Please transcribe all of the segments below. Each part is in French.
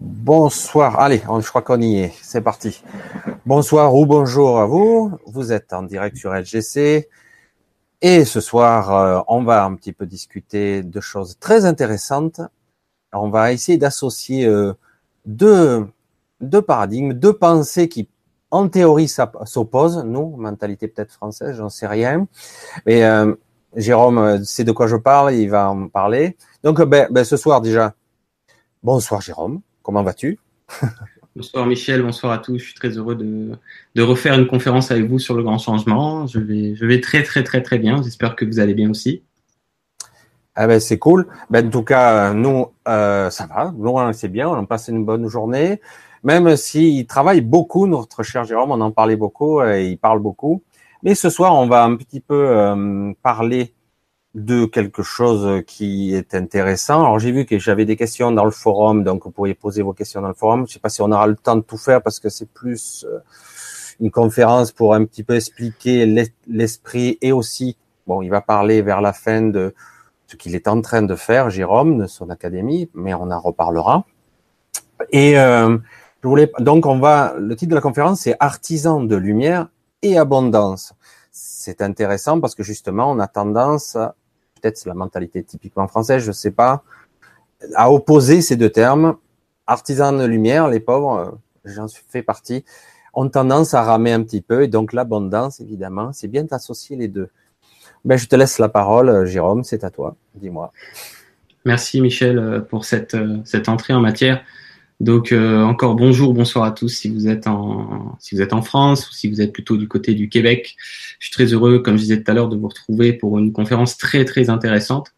Bonsoir, allez, je crois qu'on y est, c'est parti. Bonsoir ou bonjour à vous, vous êtes en direct sur LGC et ce soir on va un petit peu discuter de choses très intéressantes. On va essayer d'associer deux paradigmes, deux pensées qui en théorie s'opposent, nous, mentalité peut-être française, j'en sais rien, mais Jérôme sait de quoi je parle, il va en parler. Donc ce soir déjà, bonsoir Jérôme. Comment vas-tu? Bonsoir Michel, bonsoir à tous. Je suis très heureux de refaire une conférence avec vous sur le grand changement. Je vais très très très très bien. J'espère que vous allez bien aussi. Ah ben c'est cool. En tout cas, nous ça va. Nous c'est bien. On a passé une bonne journée. Même s'il travaille beaucoup, notre cher Jérôme, on en parlait beaucoup. Il parle beaucoup. Mais ce soir, on va un petit peu parler de quelque chose qui est intéressant. Alors j'ai vu que j'avais des questions dans le forum, donc vous pourriez poser vos questions dans le forum. Je sais pas si on aura le temps de tout faire parce que c'est plus une conférence pour un petit peu expliquer l'esprit et aussi, bon, il va parler vers la fin de ce qu'il est en train de faire, Jérôme, de son académie, mais on en reparlera. Et le titre de la conférence c'est Artisans de lumière et abondance. C'est intéressant parce que justement, on a tendance, peut-être c'est la mentalité typiquement française, je sais pas, à opposer ces deux termes. Artisans de lumière, les pauvres, j'en fais partie, ont tendance à ramer un petit peu. Et donc l'abondance, évidemment, c'est bien d'associer les deux. Je te laisse la parole, Jérôme, c'est à toi. Dis-moi. Merci Michel pour cette entrée en matière. Donc encore bonjour, bonsoir à tous si vous êtes en France ou si vous êtes plutôt du côté du Québec. Je suis très heureux, comme je disais tout à l'heure, de vous retrouver pour une conférence très très intéressante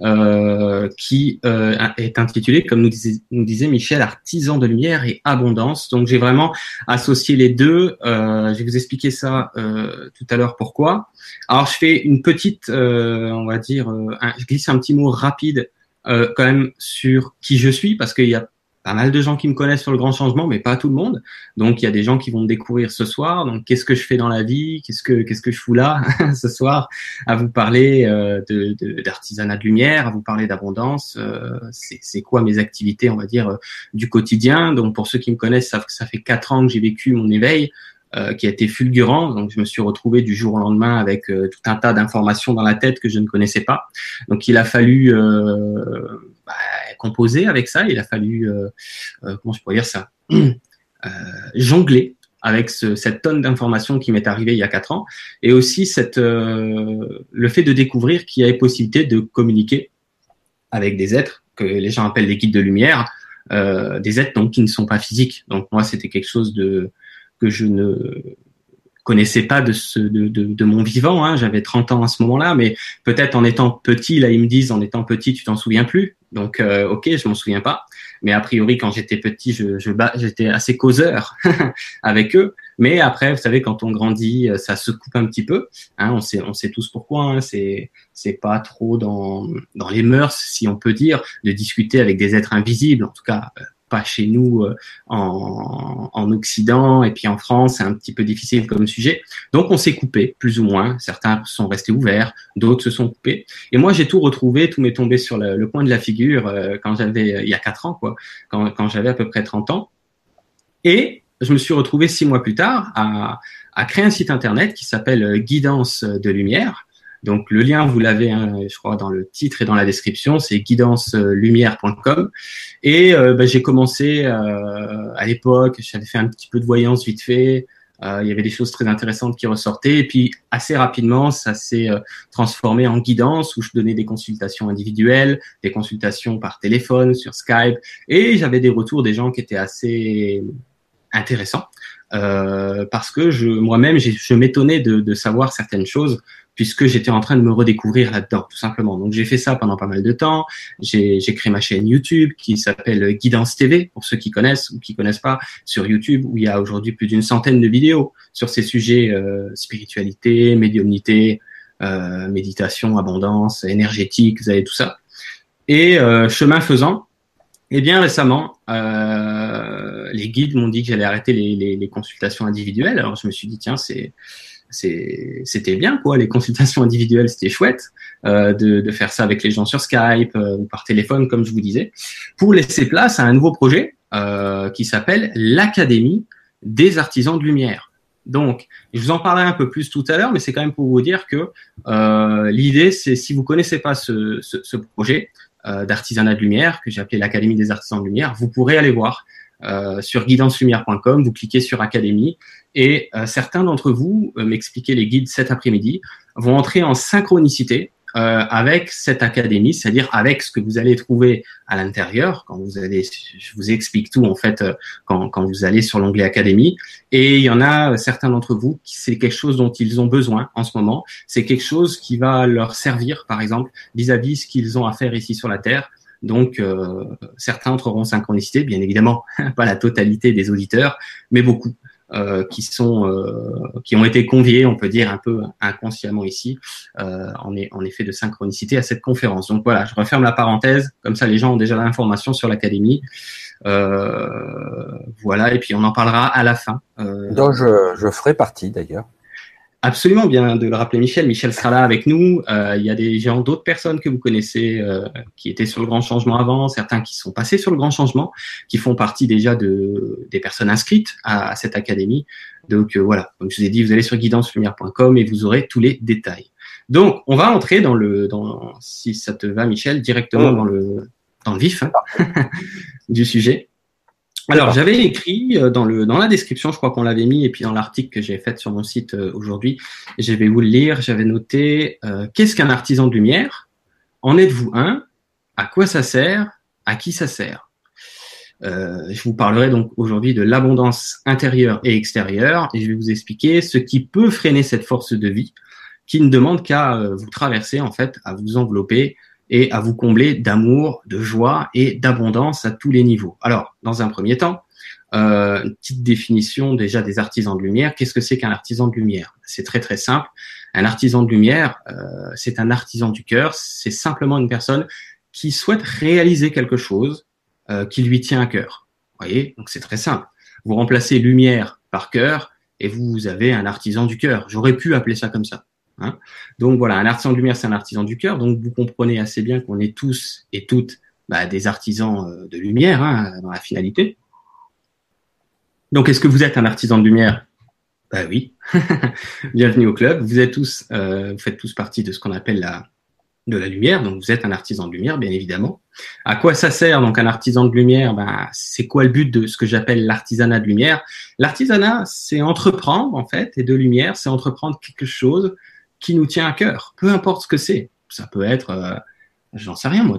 qui est intitulée, comme nous disait Michel, Artisans de lumière et abondance. Donc j'ai vraiment associé les deux. Je vais vous expliquer ça tout à l'heure pourquoi. Alors je fais une petite, on va dire, je glisse un petit mot rapide quand même sur qui je suis parce qu'il y a pas mal de gens qui me connaissent sur le grand changement, mais pas tout le monde. Donc, il y a des gens qui vont me découvrir ce soir. Donc, qu'est-ce que je fais dans la vie? Qu'est-ce que je fous là, ce soir? À vous parler d'artisanat de lumière, à vous parler d'abondance. C'est quoi mes activités, on va dire, du quotidien? Donc, pour ceux qui me connaissent, ça fait 4 ans que j'ai vécu mon éveil. Qui a été fulgurant, donc je me suis retrouvé du jour au lendemain avec tout un tas d'informations dans la tête que je ne connaissais pas. Donc il a fallu composer avec ça, il a fallu comment je pourrais dire ça, jongler avec cette tonne d'informations qui m'est arrivée il y a 4 ans, et aussi le fait de découvrir qu'il y avait possibilité de communiquer avec des êtres que les gens appellent des guides de lumière, des êtres donc qui ne sont pas physiques. Donc moi c'était quelque chose que je ne connaissais pas de mon vivant, hein. J'avais 30 ans à ce moment-là, mais peut-être en étant petit, là ils me disent en étant petit tu t'en souviens plus, donc ok, je m'en souviens pas, mais a priori quand j'étais petit j'étais assez causeur avec eux, mais après vous savez quand on grandit ça se coupe un petit peu, hein. On sait tous pourquoi, hein. C'est pas trop dans les mœurs, si on peut dire, de discuter avec des êtres invisibles, en tout cas pas chez nous en Occident, et puis en France c'est un petit peu difficile comme sujet, donc on s'est coupé plus ou moins, certains sont restés ouverts, d'autres se sont coupés, et moi j'ai tout retrouvé, tout m'est tombé sur le coin de la figure quand j'avais il y a 4 ans quoi, quand j'avais à peu près 30 ans, et je me suis retrouvé 6 mois plus tard à créer un site internet qui s'appelle Guidance de Lumière. Donc le lien, vous l'avez, hein, je crois, dans le titre et dans la description, c'est guidancelumière.com. Et j'ai commencé à l'époque, j'avais fait un petit peu de voyance vite fait. Il y avait des choses très intéressantes qui ressortaient. Et puis assez rapidement, ça s'est transformé en guidance où je donnais des consultations individuelles, des consultations par téléphone, sur Skype. Et j'avais des retours des gens qui étaient assez intéressants. Parce que moi-même, je m'étonnais de savoir certaines choses, puisque j'étais en train de me redécouvrir là-dedans, tout simplement. Donc, j'ai fait ça pendant pas mal de temps. J'ai créé ma chaîne YouTube qui s'appelle Guidance TV, pour ceux qui connaissent ou qui connaissent pas, sur YouTube, où il y a aujourd'hui plus d'une centaine de vidéos sur ces sujets spiritualité, médiumnité, méditation, abondance, énergétique, vous avez tout ça. Et chemin faisant, eh bien récemment, les guides m'ont dit que j'allais arrêter les consultations individuelles. Alors je me suis dit tiens, c'était bien quoi, les consultations individuelles, c'était chouette de faire ça avec les gens sur Skype ou par téléphone comme je vous disais, pour laisser place à un nouveau projet qui s'appelle l'Académie des artisans de lumière. Donc, je vous en parlerai un peu plus tout à l'heure, mais c'est quand même pour vous dire que l'idée, c'est si vous connaissez pas ce projet d'artisanat de lumière que j'ai appelé l'Académie des artisans de lumière, vous pourrez aller voir sur guidancelumière.com, vous cliquez sur Académie et certains d'entre vous, m'expliquer les guides cet après-midi, vont entrer en synchronicité avec cette académie, c'est-à-dire avec ce que vous allez trouver à l'intérieur quand vous allez, je vous explique tout en fait quand vous allez sur l'onglet Académie. Et il y en a certains d'entre vous qui c'est quelque chose dont ils ont besoin en ce moment. C'est quelque chose qui va leur servir, par exemple, vis-à-vis ce qu'ils ont à faire ici sur la Terre. Donc certains entreront en synchronicité, bien évidemment, pas la totalité des auditeurs, mais beaucoup. Qui ont été conviés, on peut dire un peu inconsciemment ici, en effet de synchronicité à cette conférence. Donc voilà, je referme la parenthèse, comme ça les gens ont déjà l'information sur l'académie. Voilà, et puis on en parlera à la fin. Donc je ferai partie d'ailleurs. Absolument, bien de le rappeler Michel. Michel sera là avec nous. Il y a des gens, d'autres personnes que vous connaissez qui étaient sur le Grand Changement avant, certains qui sont passés sur le Grand Changement, qui font partie déjà des personnes inscrites à cette académie. Donc voilà, comme je vous ai dit, vous allez sur guidancelumière.com et vous aurez tous les détails. Donc on va entrer si ça te va Michel, directement dans le vif du sujet. Alors, j'avais écrit dans la description, je crois qu'on l'avait mis, et puis dans l'article que j'ai fait sur mon site aujourd'hui, je vais vous le lire, j'avais noté qu'est-ce qu'un artisan de lumière? En êtes-vous un? À quoi ça sert? À qui ça sert? Je vous parlerai donc aujourd'hui de l'abondance intérieure et extérieure, et je vais vous expliquer ce qui peut freiner cette force de vie, qui ne demande qu'à vous traverser, en fait, à vous envelopper, et à vous combler d'amour, de joie et d'abondance à tous les niveaux. Alors, dans un premier temps, une petite définition déjà des artisans de lumière. Qu'est-ce que c'est qu'un artisan de lumière? C'est très très simple. Un artisan de lumière, c'est un artisan du cœur. C'est simplement une personne qui souhaite réaliser quelque chose qui lui tient à cœur. Vous voyez? Donc c'est très simple. Vous remplacez lumière par cœur et vous avez un artisan du cœur. J'aurais pu appeler ça comme ça. Hein. Donc voilà, un artisan de lumière, c'est un artisan du cœur. Donc vous comprenez assez bien qu'on est tous et toutes des artisans de lumière dans la finalité. Donc est-ce que vous êtes un artisan de lumière? Oui. Bienvenue au club. Vous êtes tous, vous faites tous partie de ce qu'on appelle de la lumière. Donc vous êtes un artisan de lumière, bien évidemment. À quoi ça sert donc un artisan de lumière? C'est quoi le but de ce que j'appelle l'artisanat de lumière? L'artisanat, c'est entreprendre en fait, et de lumière, c'est entreprendre quelque chose qui nous tient à cœur, peu importe ce que c'est. Ça peut être, j'en sais rien moi,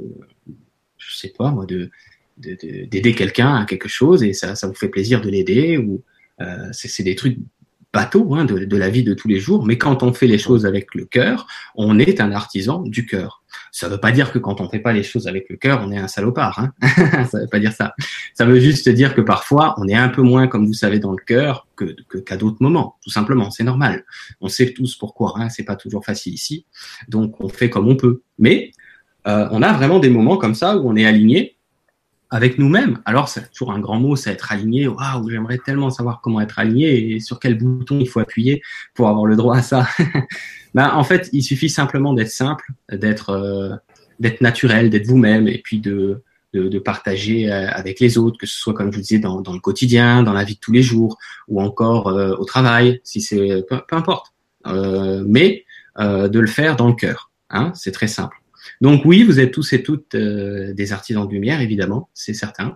d'aider quelqu'un à quelque chose et ça vous fait plaisir de l'aider ou c'est des trucs bateaux de la vie de tous les jours. Mais quand on fait les choses avec le cœur, on est un artisan du cœur. Ça veut pas dire que quand on fait pas les choses avec le cœur, on est un salopard. Ça veut pas dire ça. Ça veut juste dire que parfois, on est un peu moins, comme vous savez, dans le cœur qu'à d'autres moments. Tout simplement, c'est normal. On sait tous pourquoi. C'est pas toujours facile ici. Donc, on fait comme on peut. Mais on a vraiment des moments comme ça où on est aligné avec nous-mêmes. Alors, c'est toujours un grand mot, c'est être aligné. Waouh, j'aimerais tellement savoir comment être aligné et sur quel bouton il faut appuyer pour avoir le droit à ça. En fait, il suffit simplement d'être simple, d'être naturel, d'être vous-même et puis de partager avec les autres, que ce soit, comme je vous disais, dans le quotidien, dans la vie de tous les jours ou encore au travail, si c'est peu importe. Mais de le faire dans le cœur. C'est très simple. Donc oui, vous êtes tous et toutes des artisans de lumière, évidemment, c'est certain.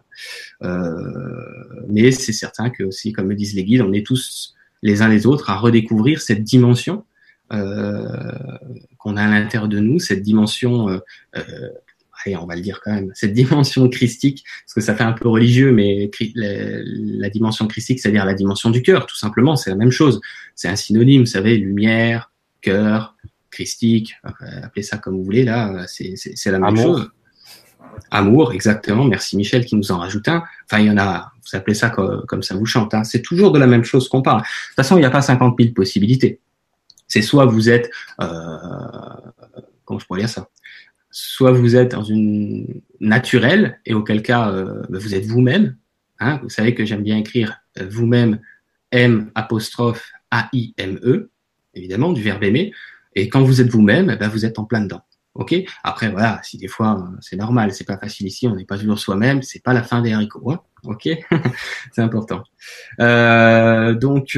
Mais c'est certain que aussi, comme me disent les guides, on est tous les uns les autres à redécouvrir cette dimension qu'on a à l'intérieur de nous, cette dimension, allez, on va le dire quand même, cette dimension christique, parce que ça fait un peu religieux, mais la dimension christique, c'est-à-dire la dimension du cœur, tout simplement, c'est la même chose. C'est un synonyme, vous savez, lumière, cœur, christique, appelez ça comme vous voulez, là, c'est la même chose. Amour, exactement. Merci Michel qui nous en rajoute un. Enfin, il y en a, vous appelez ça comme ça vous chante. C'est toujours de la même chose qu'on parle. De toute façon, il n'y a pas 50 000 possibilités. C'est soit vous êtes, comment je pourrais dire ça? Soit vous êtes dans une naturelle, et auquel cas, vous êtes vous-même. Vous savez que j'aime bien écrire vous-même, M'', A-I-M-E, évidemment, du verbe aimer. Et quand vous êtes vous-même, vous êtes en plein dedans. Ok. Après, voilà, si des fois, c'est normal, c'est pas facile ici, on n'est pas toujours soi-même, c'est pas la fin des haricots. Hein. Ok. C'est important. Donc,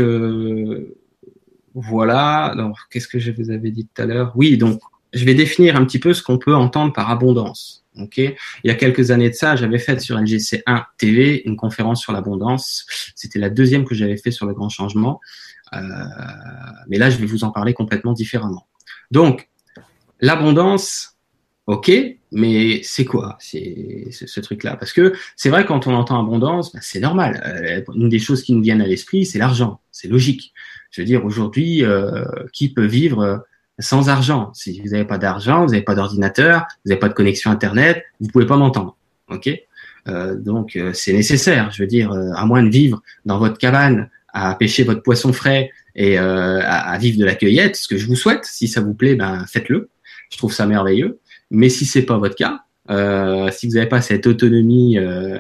voilà. Donc, qu'est-ce que je vous avais dit tout à l'heure? Oui, donc, je vais définir un petit peu ce qu'on peut entendre par abondance. Ok. Il y a quelques années de ça, j'avais fait sur LGC1 TV une conférence sur l'abondance. C'était la deuxième que j'avais fait sur le grand changement. Mais là, je vais vous en parler complètement différemment. Donc, l'abondance, ok, mais c'est quoi ce truc-là? Parce que c'est vrai, quand on entend abondance, bah, c'est normal. Une des choses qui nous viennent à l'esprit, c'est l'argent. C'est logique. Je veux dire, aujourd'hui, qui peut vivre sans argent? Si vous n'avez pas d'argent, vous n'avez pas d'ordinateur, vous n'avez pas de connexion Internet, vous pouvez pas m'entendre. Ok. Donc, c'est nécessaire. Je veux dire, à moins de vivre dans votre cabane, à pêcher votre poisson frais et à vivre de la cueillette, ce que je vous souhaite. Si ça vous plaît, ben faites-le. Je trouve ça merveilleux. Mais si c'est pas votre cas, si vous n'avez pas cette autonomie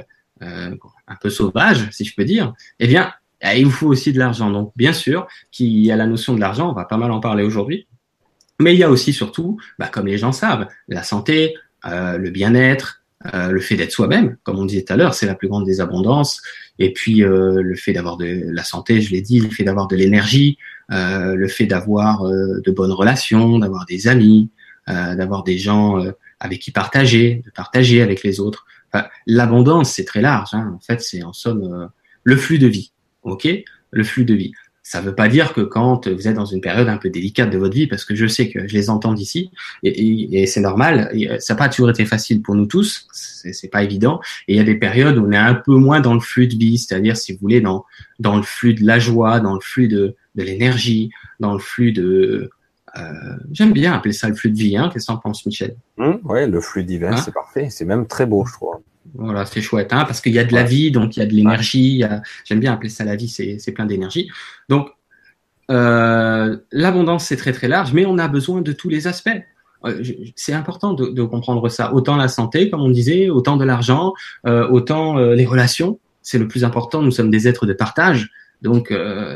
un peu sauvage, si je peux dire, eh bien, il vous faut aussi de l'argent. Donc, bien sûr qu'il y a la notion de l'argent, on va pas mal en parler aujourd'hui. Mais il y a aussi surtout, bah, comme les gens savent, la santé, le bien-être, le fait d'être soi-même, comme on disait tout à l'heure, c'est la plus grande des abondances. Et puis le fait d'avoir de la santé, je l'ai dit, le fait d'avoir de l'énergie, le fait d'avoir de bonnes relations, d'avoir des amis, d'avoir des gens avec qui partager, de partager avec les autres. Enfin, l'abondance, c'est très large. Hein. En fait, c'est en somme le flux de vie. Ok, le flux de vie. Ça ne veut pas dire que quand vous êtes dans une période un peu délicate de votre vie, parce que je sais que je les entends d'ici, et c'est normal, ça n'a pas toujours été facile pour nous tous, c'est pas évident, et il y a des périodes où on est un peu moins dans le flux de vie, c'est-à-dire, si vous voulez, dans le flux de la joie, dans le flux de l'énergie, dans le flux de... j'aime bien appeler ça le flux de vie, hein. Qu'est-ce que t'en penses, Michel? Ouais, le flux divin, Hein? c'est parfait. C'est même très beau, je trouve. Voilà, c'est chouette, hein, parce qu'il y a de la vie, donc il y a de l'énergie. J'aime bien appeler ça la vie, c'est plein d'énergie. Donc, l'abondance, c'est très très large, mais on a besoin de tous les aspects. C'est important de comprendre ça. Autant la santé, comme on disait, autant de l'argent, autant les relations. C'est le plus important. Nous sommes des êtres de partage, donc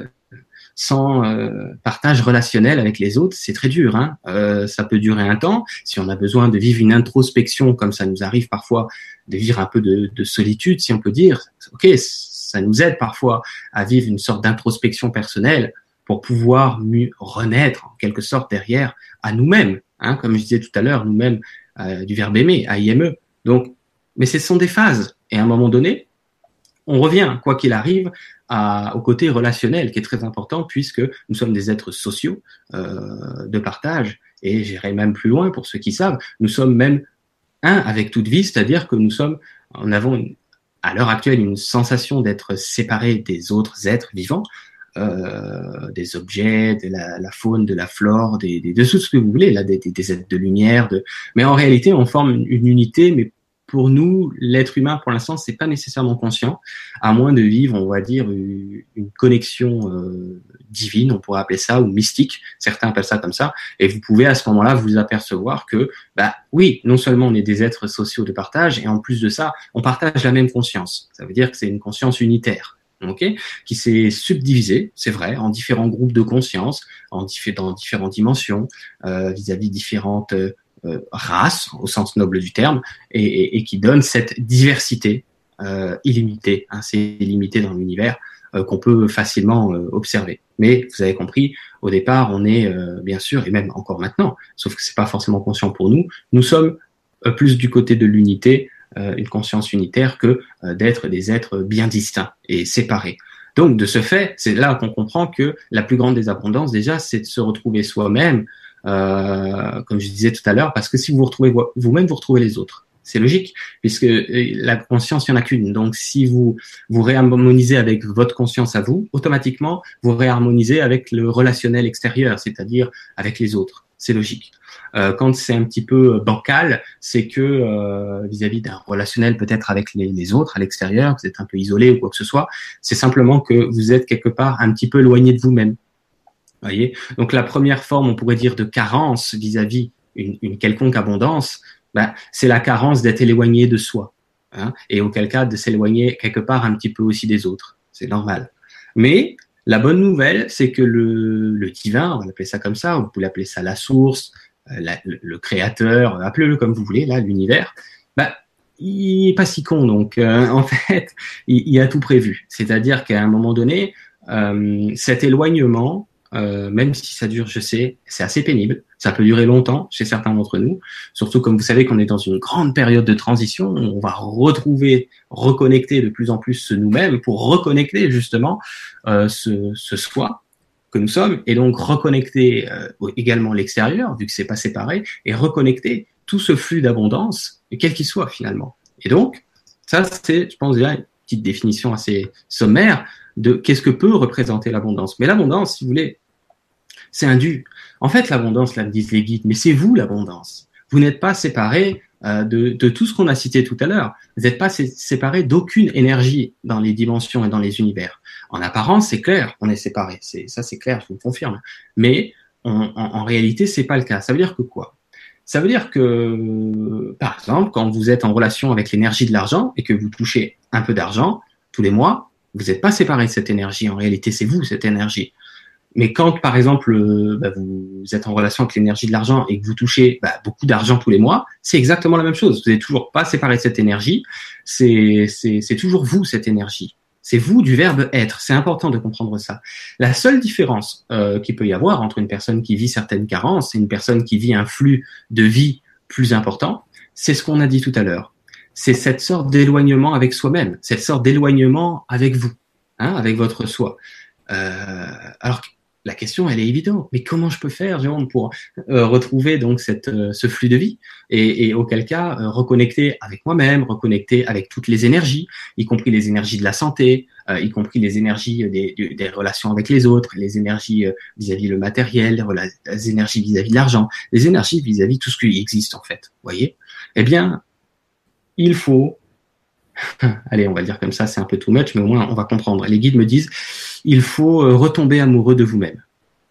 sans partage relationnel avec les autres, c'est très dur. Hein. Ça peut durer un temps. Si on a besoin de vivre une introspection, comme ça nous arrive parfois, de vivre un peu de solitude, si on peut dire, ok, ça nous aide parfois à vivre une sorte d'introspection personnelle pour pouvoir mieux renaître, en quelque sorte, derrière à nous-mêmes. Hein, comme je disais tout à l'heure, nous-mêmes, du verbe aimer, AIME. Donc, mais ce sont des phases. Et à un moment donné, on revient, quoi qu'il arrive, au côté relationnel qui est très important, puisque nous sommes des êtres sociaux de partage, et j'irai même plus loin pour ceux qui savent, nous sommes même un avec toute vie, c'est-à-dire que nous avons à l'heure actuelle une sensation d'être séparés des autres êtres vivants, des objets, de la faune, de la flore, de tout ce que vous voulez, là, des êtres de lumière, mais en réalité on forme une unité, mais pour nous, l'être humain, pour l'instant, c'est pas nécessairement conscient, à moins de vivre, on va dire, une connexion divine, on pourrait appeler ça, ou mystique. Certains appellent ça comme ça. Et vous pouvez à ce moment-là vous apercevoir que, bah oui, non seulement on est des êtres sociaux de partage, et en plus de ça, on partage la même conscience. Ça veut dire que c'est une conscience unitaire. Okay, qui s'est subdivisée, c'est vrai, en différents groupes de conscience, dans différentes dimensions, vis-à-vis différentes races, au sens noble du terme, et qui donne cette diversité illimitée. Hein, c'est illimité dans l'univers qu'on peut facilement observer. Mais vous avez compris, au départ, on est bien sûr, et même encore maintenant, sauf que c'est pas forcément conscient pour nous, nous sommes plus du côté de l'unité, une conscience unitaire, que d'être des êtres bien distincts et séparés. Donc, de ce fait, c'est là qu'on comprend que la plus grande des abondances, déjà, c'est de se retrouver soi-même, comme je disais tout à l'heure, parce que si vous vous retrouvez vous-même, vous retrouvez les autres. C'est logique, puisque la conscience, il n'y en a qu'une. Donc, si vous réharmonisez avec votre conscience à vous, automatiquement, vous réharmonisez avec le relationnel extérieur, c'est-à-dire avec les autres. C'est logique. Quand c'est un petit peu bancal, c'est que vis-à-vis d'un relationnel peut-être avec les autres à l'extérieur, vous êtes un peu isolé ou quoi que ce soit, c'est simplement que vous êtes quelque part un petit peu éloigné de vous-même. Voyez. Donc la première forme, on pourrait dire, de carence vis-à-vis une quelconque abondance, ben, c'est la carence d'être éloigné de soi, hein, et auquel cas de s'éloigner quelque part un petit peu aussi des autres. C'est normal. Mais la bonne nouvelle, c'est que le divin, on va l'appeler ça comme ça, vous pouvez l'appeler ça la source, le créateur, appelez-le comme vous voulez, là, l'univers, bah, il n'est pas si con. Donc, en fait, il a tout prévu. C'est-à-dire qu'à un moment donné, cet éloignement, même si ça dure, je sais, c'est assez pénible. Ça peut durer longtemps chez certains d'entre nous. Surtout comme vous savez qu'on est dans une grande période de transition, on va reconnecter de plus en plus nous-mêmes pour reconnecter justement ce soi que nous sommes, et donc reconnecter également l'extérieur, vu que c'est pas séparé, et reconnecter tout ce flux d'abondance, quel qu'il soit finalement. Et donc, ça c'est, je pense déjà, une petite définition assez sommaire de qu'est-ce que peut représenter l'abondance. Mais l'abondance, si vous voulez, c'est un dû. En fait, l'abondance, là, me disent les guides, mais c'est vous l'abondance. Vous n'êtes pas séparé de tout ce qu'on a cité tout à l'heure. Vous n'êtes pas séparé d'aucune énergie dans les dimensions et dans les univers. En apparence, c'est clair, on est séparés. Ça, c'est clair, je vous le confirme. Mais en réalité, c'est pas le cas. Ça veut dire que quoi? Ça veut dire que, par exemple, quand vous êtes en relation avec l'énergie de l'argent et que vous touchez un peu d'argent tous les mois, vous n'êtes pas séparé de cette énergie. En réalité, c'est vous, cette énergie. Mais quand, par exemple, vous êtes en relation avec l'énergie de l'argent et que vous touchez beaucoup d'argent tous les mois, c'est exactement la même chose. Vous n'êtes toujours pas séparé de cette énergie. C'est toujours vous, cette énergie. C'est vous du verbe être. C'est important de comprendre ça. La seule différence qu'il peut y avoir entre une personne qui vit certaines carences et une personne qui vit un flux de vie plus important, c'est ce qu'on a dit tout à l'heure. C'est cette sorte d'éloignement avec soi-même, cette sorte d'éloignement avec vous, avec votre soi. Alors la question, elle est évidente. Mais comment je peux faire, Jérôme, pour retrouver donc ce flux de vie et auquel cas reconnecter avec moi-même, reconnecter avec toutes les énergies, y compris les énergies de la santé, y compris les énergies des relations avec les autres, les énergies vis-à-vis le matériel, les énergies vis-à-vis de l'argent, les énergies vis-à-vis tout ce qui existe en fait. Vous voyez ? Eh bien, il faut allez, on va le dire comme ça, c'est un peu too much, mais au moins on va comprendre. Les guides me disent, il faut retomber amoureux de vous-même.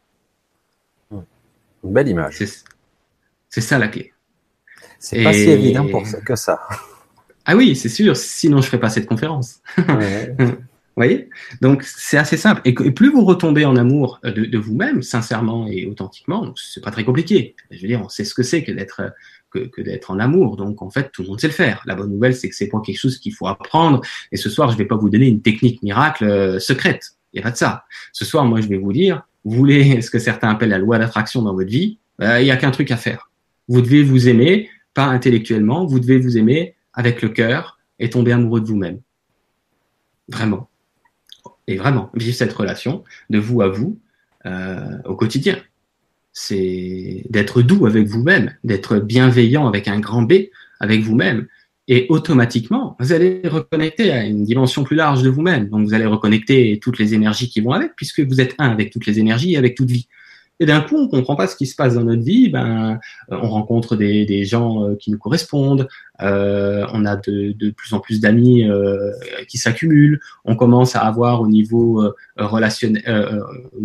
Une belle image. C'est ça la clé. C'est pas si évident que ça. Ah oui, c'est sûr, sinon je ferais pas cette conférence. Ouais. Vous voyez ? Donc c'est assez simple. Et plus vous retombez en amour de vous-même, sincèrement et authentiquement, c'est pas très compliqué. Je veux dire, on sait ce que c'est que d'être en amour. Donc, en fait, tout le monde sait le faire. La bonne nouvelle, c'est que c'est pas quelque chose qu'il faut apprendre. Et ce soir, je vais pas vous donner une technique miracle secrète. Il n'y a pas de ça. Ce soir, moi, je vais vous dire, vous voulez ce que certains appellent la loi d'attraction dans votre vie, il y a qu'un truc à faire. Vous devez vous aimer, pas intellectuellement, vous devez vous aimer avec le cœur et tomber amoureux de vous-même. Vraiment. Et vraiment, vivre cette relation de vous à vous au quotidien. C'est d'être doux avec vous-même, d'être bienveillant avec un grand B avec vous-même. Et automatiquement, vous allez reconnecter à une dimension plus large de vous-même. Donc, vous allez reconnecter toutes les énergies qui vont avec, puisque vous êtes un avec toutes les énergies et avec toute vie. Et d'un coup, on comprend pas ce qui se passe dans notre vie. On rencontre des gens qui nous correspondent. On a de plus en plus d'amis qui s'accumulent. On commence à avoir au niveau relationnel,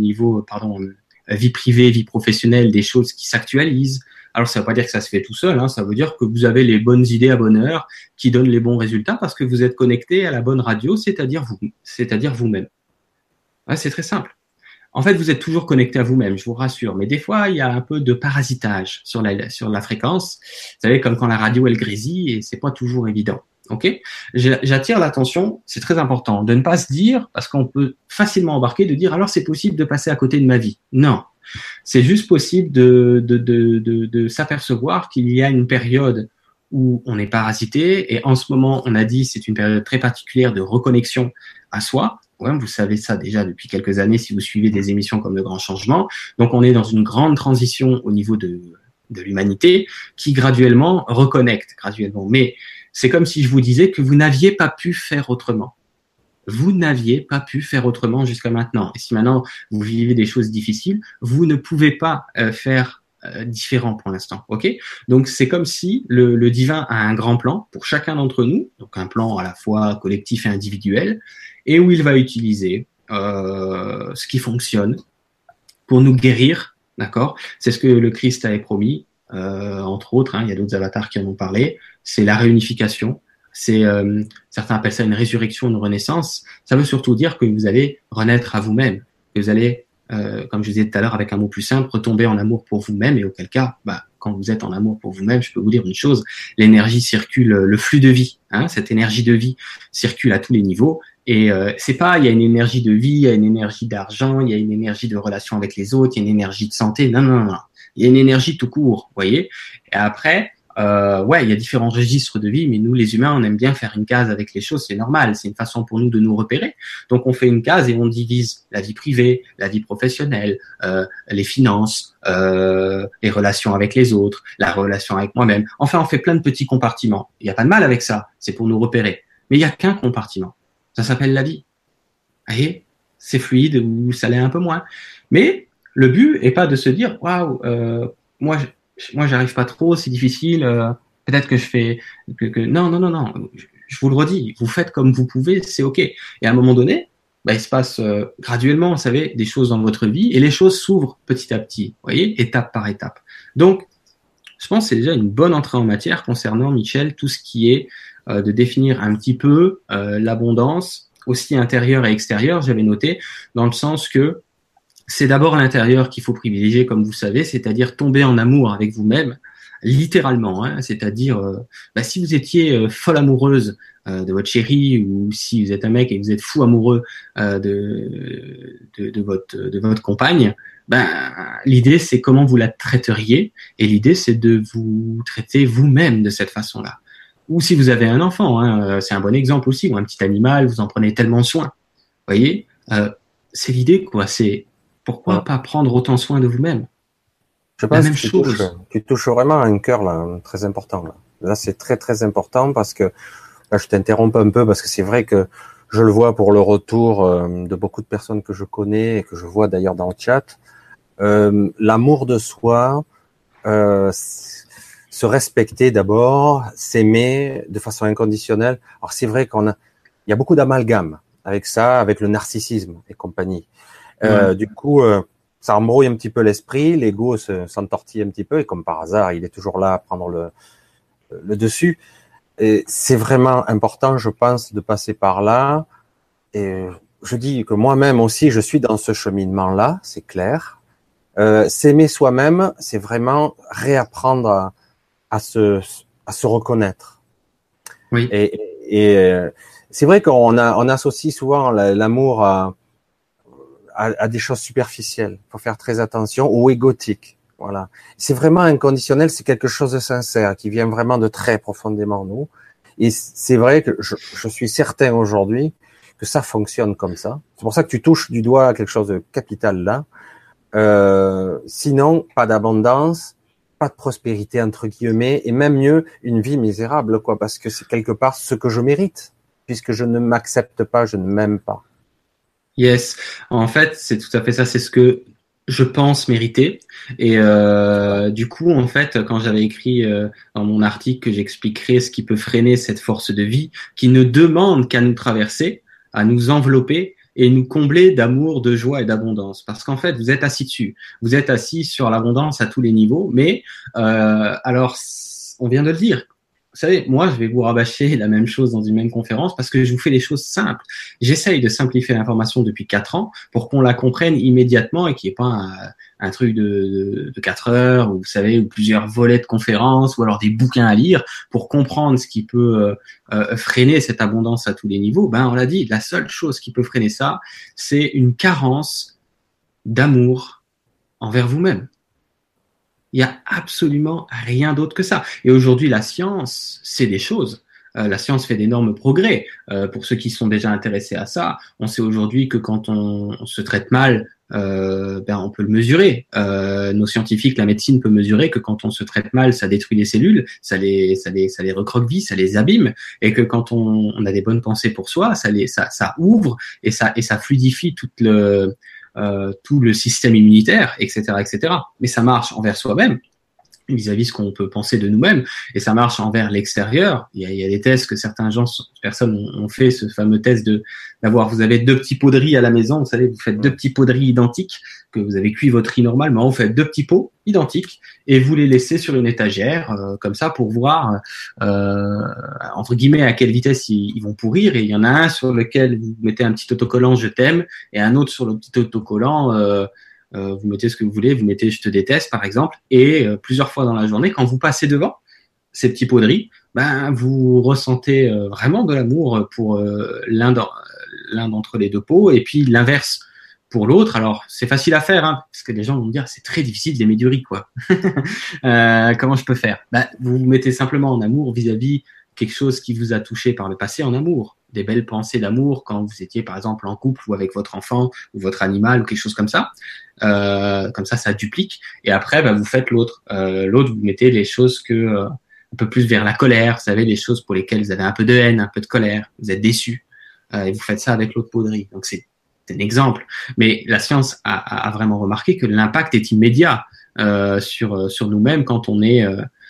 vie privée, vie professionnelle, des choses qui s'actualisent. Alors, ça ne veut pas dire que ça se fait tout seul, ça veut dire que vous avez les bonnes idées à bonne heure qui donnent les bons résultats parce que vous êtes connecté à la bonne radio, c'est-à-dire vous-même. Ouais, c'est très simple. En fait, vous êtes toujours connecté à vous-même, je vous rassure. Mais des fois, il y a un peu de parasitage sur la fréquence. Vous savez, comme quand la radio, elle grésille et c'est pas toujours évident. Ok ? J'attire l'attention, c'est très important, de ne pas se dire, parce qu'on peut facilement embarquer, de dire alors c'est possible de passer à côté de ma vie. Non. C'est juste possible de s'apercevoir qu'il y a une période où on est parasité et en ce moment, on a dit c'est une période très particulière de reconnexion à soi. Ouais, vous savez ça déjà depuis quelques années si vous suivez des émissions comme Le Grand Changement. Donc, on est dans une grande transition au niveau de l'humanité qui graduellement reconnecte, graduellement. Mais c'est comme si je vous disais que vous n'aviez pas pu faire autrement. Vous n'aviez pas pu faire autrement jusqu'à maintenant. Et si maintenant vous vivez des choses difficiles, vous ne pouvez pas faire différent pour l'instant. Ok ? Donc c'est comme si le divin a un grand plan pour chacun d'entre nous, donc un plan à la fois collectif et individuel, et où il va utiliser ce qui fonctionne pour nous guérir. D'accord ? C'est ce que le Christ avait promis, entre autres. Il y a d'autres avatars qui en ont parlé. C'est la réunification. C'est certains appellent ça une résurrection, une renaissance. Ça veut surtout dire que vous allez renaître à vous-même, que vous allez, comme je disais tout à l'heure, avec un mot plus simple, retomber en amour pour vous-même, et auquel cas, quand vous êtes en amour pour vous-même, je peux vous dire une chose, l'énergie circule, le flux de vie, cette énergie de vie circule à tous les niveaux. Et c'est pas, il y a une énergie de vie, il y a une énergie d'argent, il y a une énergie de relation avec les autres, il y a une énergie de santé. Non, non, non. Il y a une énergie tout court, vous voyez. Et après, il y a différents registres de vie, mais nous, les humains, on aime bien faire une case avec les choses, c'est normal, c'est une façon pour nous de nous repérer. Donc, on fait une case et on divise la vie privée, la vie professionnelle, les finances, les relations avec les autres, la relation avec moi-même. Enfin, on fait plein de petits compartiments. Il n'y a pas de mal avec ça, c'est pour nous repérer. Mais il n'y a qu'un compartiment. Ça s'appelle la vie. Vous voyez, c'est fluide ou ça l'est un peu moins. Mais le but est pas de se dire, waouh, moi, j'arrive pas trop, c'est difficile. Peut-être que je fais non, non, non, non. Je vous le redis, vous faites comme vous pouvez, c'est ok. Et à un moment donné, il se passe graduellement, vous savez, des choses dans votre vie et les choses s'ouvrent petit à petit. Vous voyez, étape par étape. Donc, je pense que c'est déjà une bonne entrée en matière concernant, Michel, tout ce qui est de définir un petit peu l'abondance, aussi intérieure et extérieure, j'avais noté, dans le sens que c'est d'abord l'intérieur qu'il faut privilégier, comme vous savez, c'est-à-dire tomber en amour avec vous-même, littéralement, c'est-à-dire si vous étiez folle amoureuse de votre chérie, ou si vous êtes un mec et que vous êtes fou amoureux de votre compagne, l'idée c'est comment vous la traiteriez, et l'idée c'est de vous traiter vous-même de cette façon-là. Ou si vous avez un enfant, c'est un bon exemple aussi, ou un petit animal, vous en prenez tellement soin. Vous voyez, c'est l'idée, quoi. C'est pourquoi pas prendre autant soin de vous-même. Je pense que tu touches vraiment un cœur là, très important. Là, c'est très très important parce que là, je t'interromps un peu parce que c'est vrai que je le vois pour le retour de beaucoup de personnes que je connais et que je vois d'ailleurs dans le chat. L'amour de soi, se respecter d'abord, s'aimer de façon inconditionnelle. Alors c'est vrai il y a beaucoup d'amalgame avec ça, avec le narcissisme et compagnie. Du coup, ça embrouille un petit peu l'esprit, l'ego s'entortille un petit peu et comme par hasard, il est toujours là à prendre le dessus. Et c'est vraiment important, je pense, de passer par là. Et je dis que moi-même aussi, je suis dans ce cheminement-là, c'est clair. S'aimer soi-même, c'est vraiment réapprendre à se reconnaître. Oui. Et c'est vrai qu'on associe souvent l'amour à des choses superficielles. Il faut faire très attention, ou égotiques. Voilà. C'est vraiment inconditionnel, c'est quelque chose de sincère, qui vient vraiment de très profondément en nous. Et c'est vrai que je suis certain aujourd'hui que ça fonctionne comme ça. C'est pour ça que tu touches du doigt quelque chose de capital là. Sinon, pas d'abondance, pas de prospérité entre guillemets, et même mieux, une vie misérable, quoi, parce que c'est quelque part ce que je mérite, puisque je ne m'accepte pas, je ne m'aime pas. Yes, en fait, c'est tout à fait ça, c'est ce que je pense mériter. Et du coup, en fait, quand j'avais écrit dans mon article que j'expliquerais ce qui peut freiner cette force de vie, qui ne demande qu'à nous traverser, à nous envelopper et nous combler d'amour, de joie et d'abondance. Parce qu'en fait, vous êtes assis dessus. Vous êtes assis sur l'abondance à tous les niveaux. Mais alors, on vient de le dire. Vous savez, moi, je vais vous rabâcher la même chose dans une même conférence parce que je vous fais les choses simples. J'essaye de simplifier l'information depuis 4 ans pour qu'on la comprenne immédiatement et qu'il n'y ait pas un truc de 4 heures ou, vous savez, ou plusieurs volets de conférences ou alors des bouquins à lire pour comprendre ce qui peut freiner cette abondance à tous les niveaux. On l'a dit, la seule chose qui peut freiner ça, c'est une carence d'amour envers vous-même. Il n'y a absolument rien d'autre que ça. Et aujourd'hui, la science, c'est des choses. La science fait d'énormes progrès. Pour ceux qui sont déjà intéressés à ça, on sait aujourd'hui que quand on se traite mal, on peut le mesurer. Nos scientifiques, la médecine peut mesurer que quand on se traite mal, ça détruit les cellules, ça les recroqueville, ça les abîme, et que quand on a des bonnes pensées pour soi, ça ouvre et ça fluidifie tout le système immunitaire, etc., etc. Mais ça marche envers soi-même, vis-à-vis ce qu'on peut penser de nous-mêmes, et ça marche envers l'extérieur. Il y a des tests que personnes ont fait, ce fameux test vous avez 2 petits pots de riz à la maison, vous savez, vous faites 2 petits pots de riz identiques, que vous avez cuit votre riz normalement, vous faites 2 petits pots identiques, et vous les laissez sur une étagère, comme ça, pour voir, entre guillemets, à quelle vitesse ils vont pourrir, et il y en a un sur lequel vous mettez un petit autocollant « je t'aime », et un autre sur le petit autocollant vous mettez ce que vous voulez, vous mettez je te déteste par exemple, et plusieurs fois dans la journée, quand vous passez devant ces petits pots de riz, ben vous ressentez vraiment de l'amour pour l'un d'entre les deux pots, et puis l'inverse pour l'autre. Alors c'est facile à faire, hein, parce que les gens vont me dire c'est très difficile d'aimer du riz, quoi. Comment je peux faire? Ben, vous vous mettez simplement en amour vis-à-vis quelque chose qui vous a touché par le passé, en amour, des belles pensées d'amour quand vous étiez par exemple en couple ou avec votre enfant ou votre animal ou quelque chose comme ça. Comme ça duplique. Et après, ben, vous faites l'autre. L'autre, vous mettez les choses que un peu plus vers la colère, vous savez, les choses pour lesquelles vous avez un peu de haine, un peu de colère, vous êtes déçu, et vous faites ça avec l'autre pot de riz. Donc c'est un exemple. Mais la science a vraiment remarqué que l'impact est immédiat sur nous-mêmes quand on est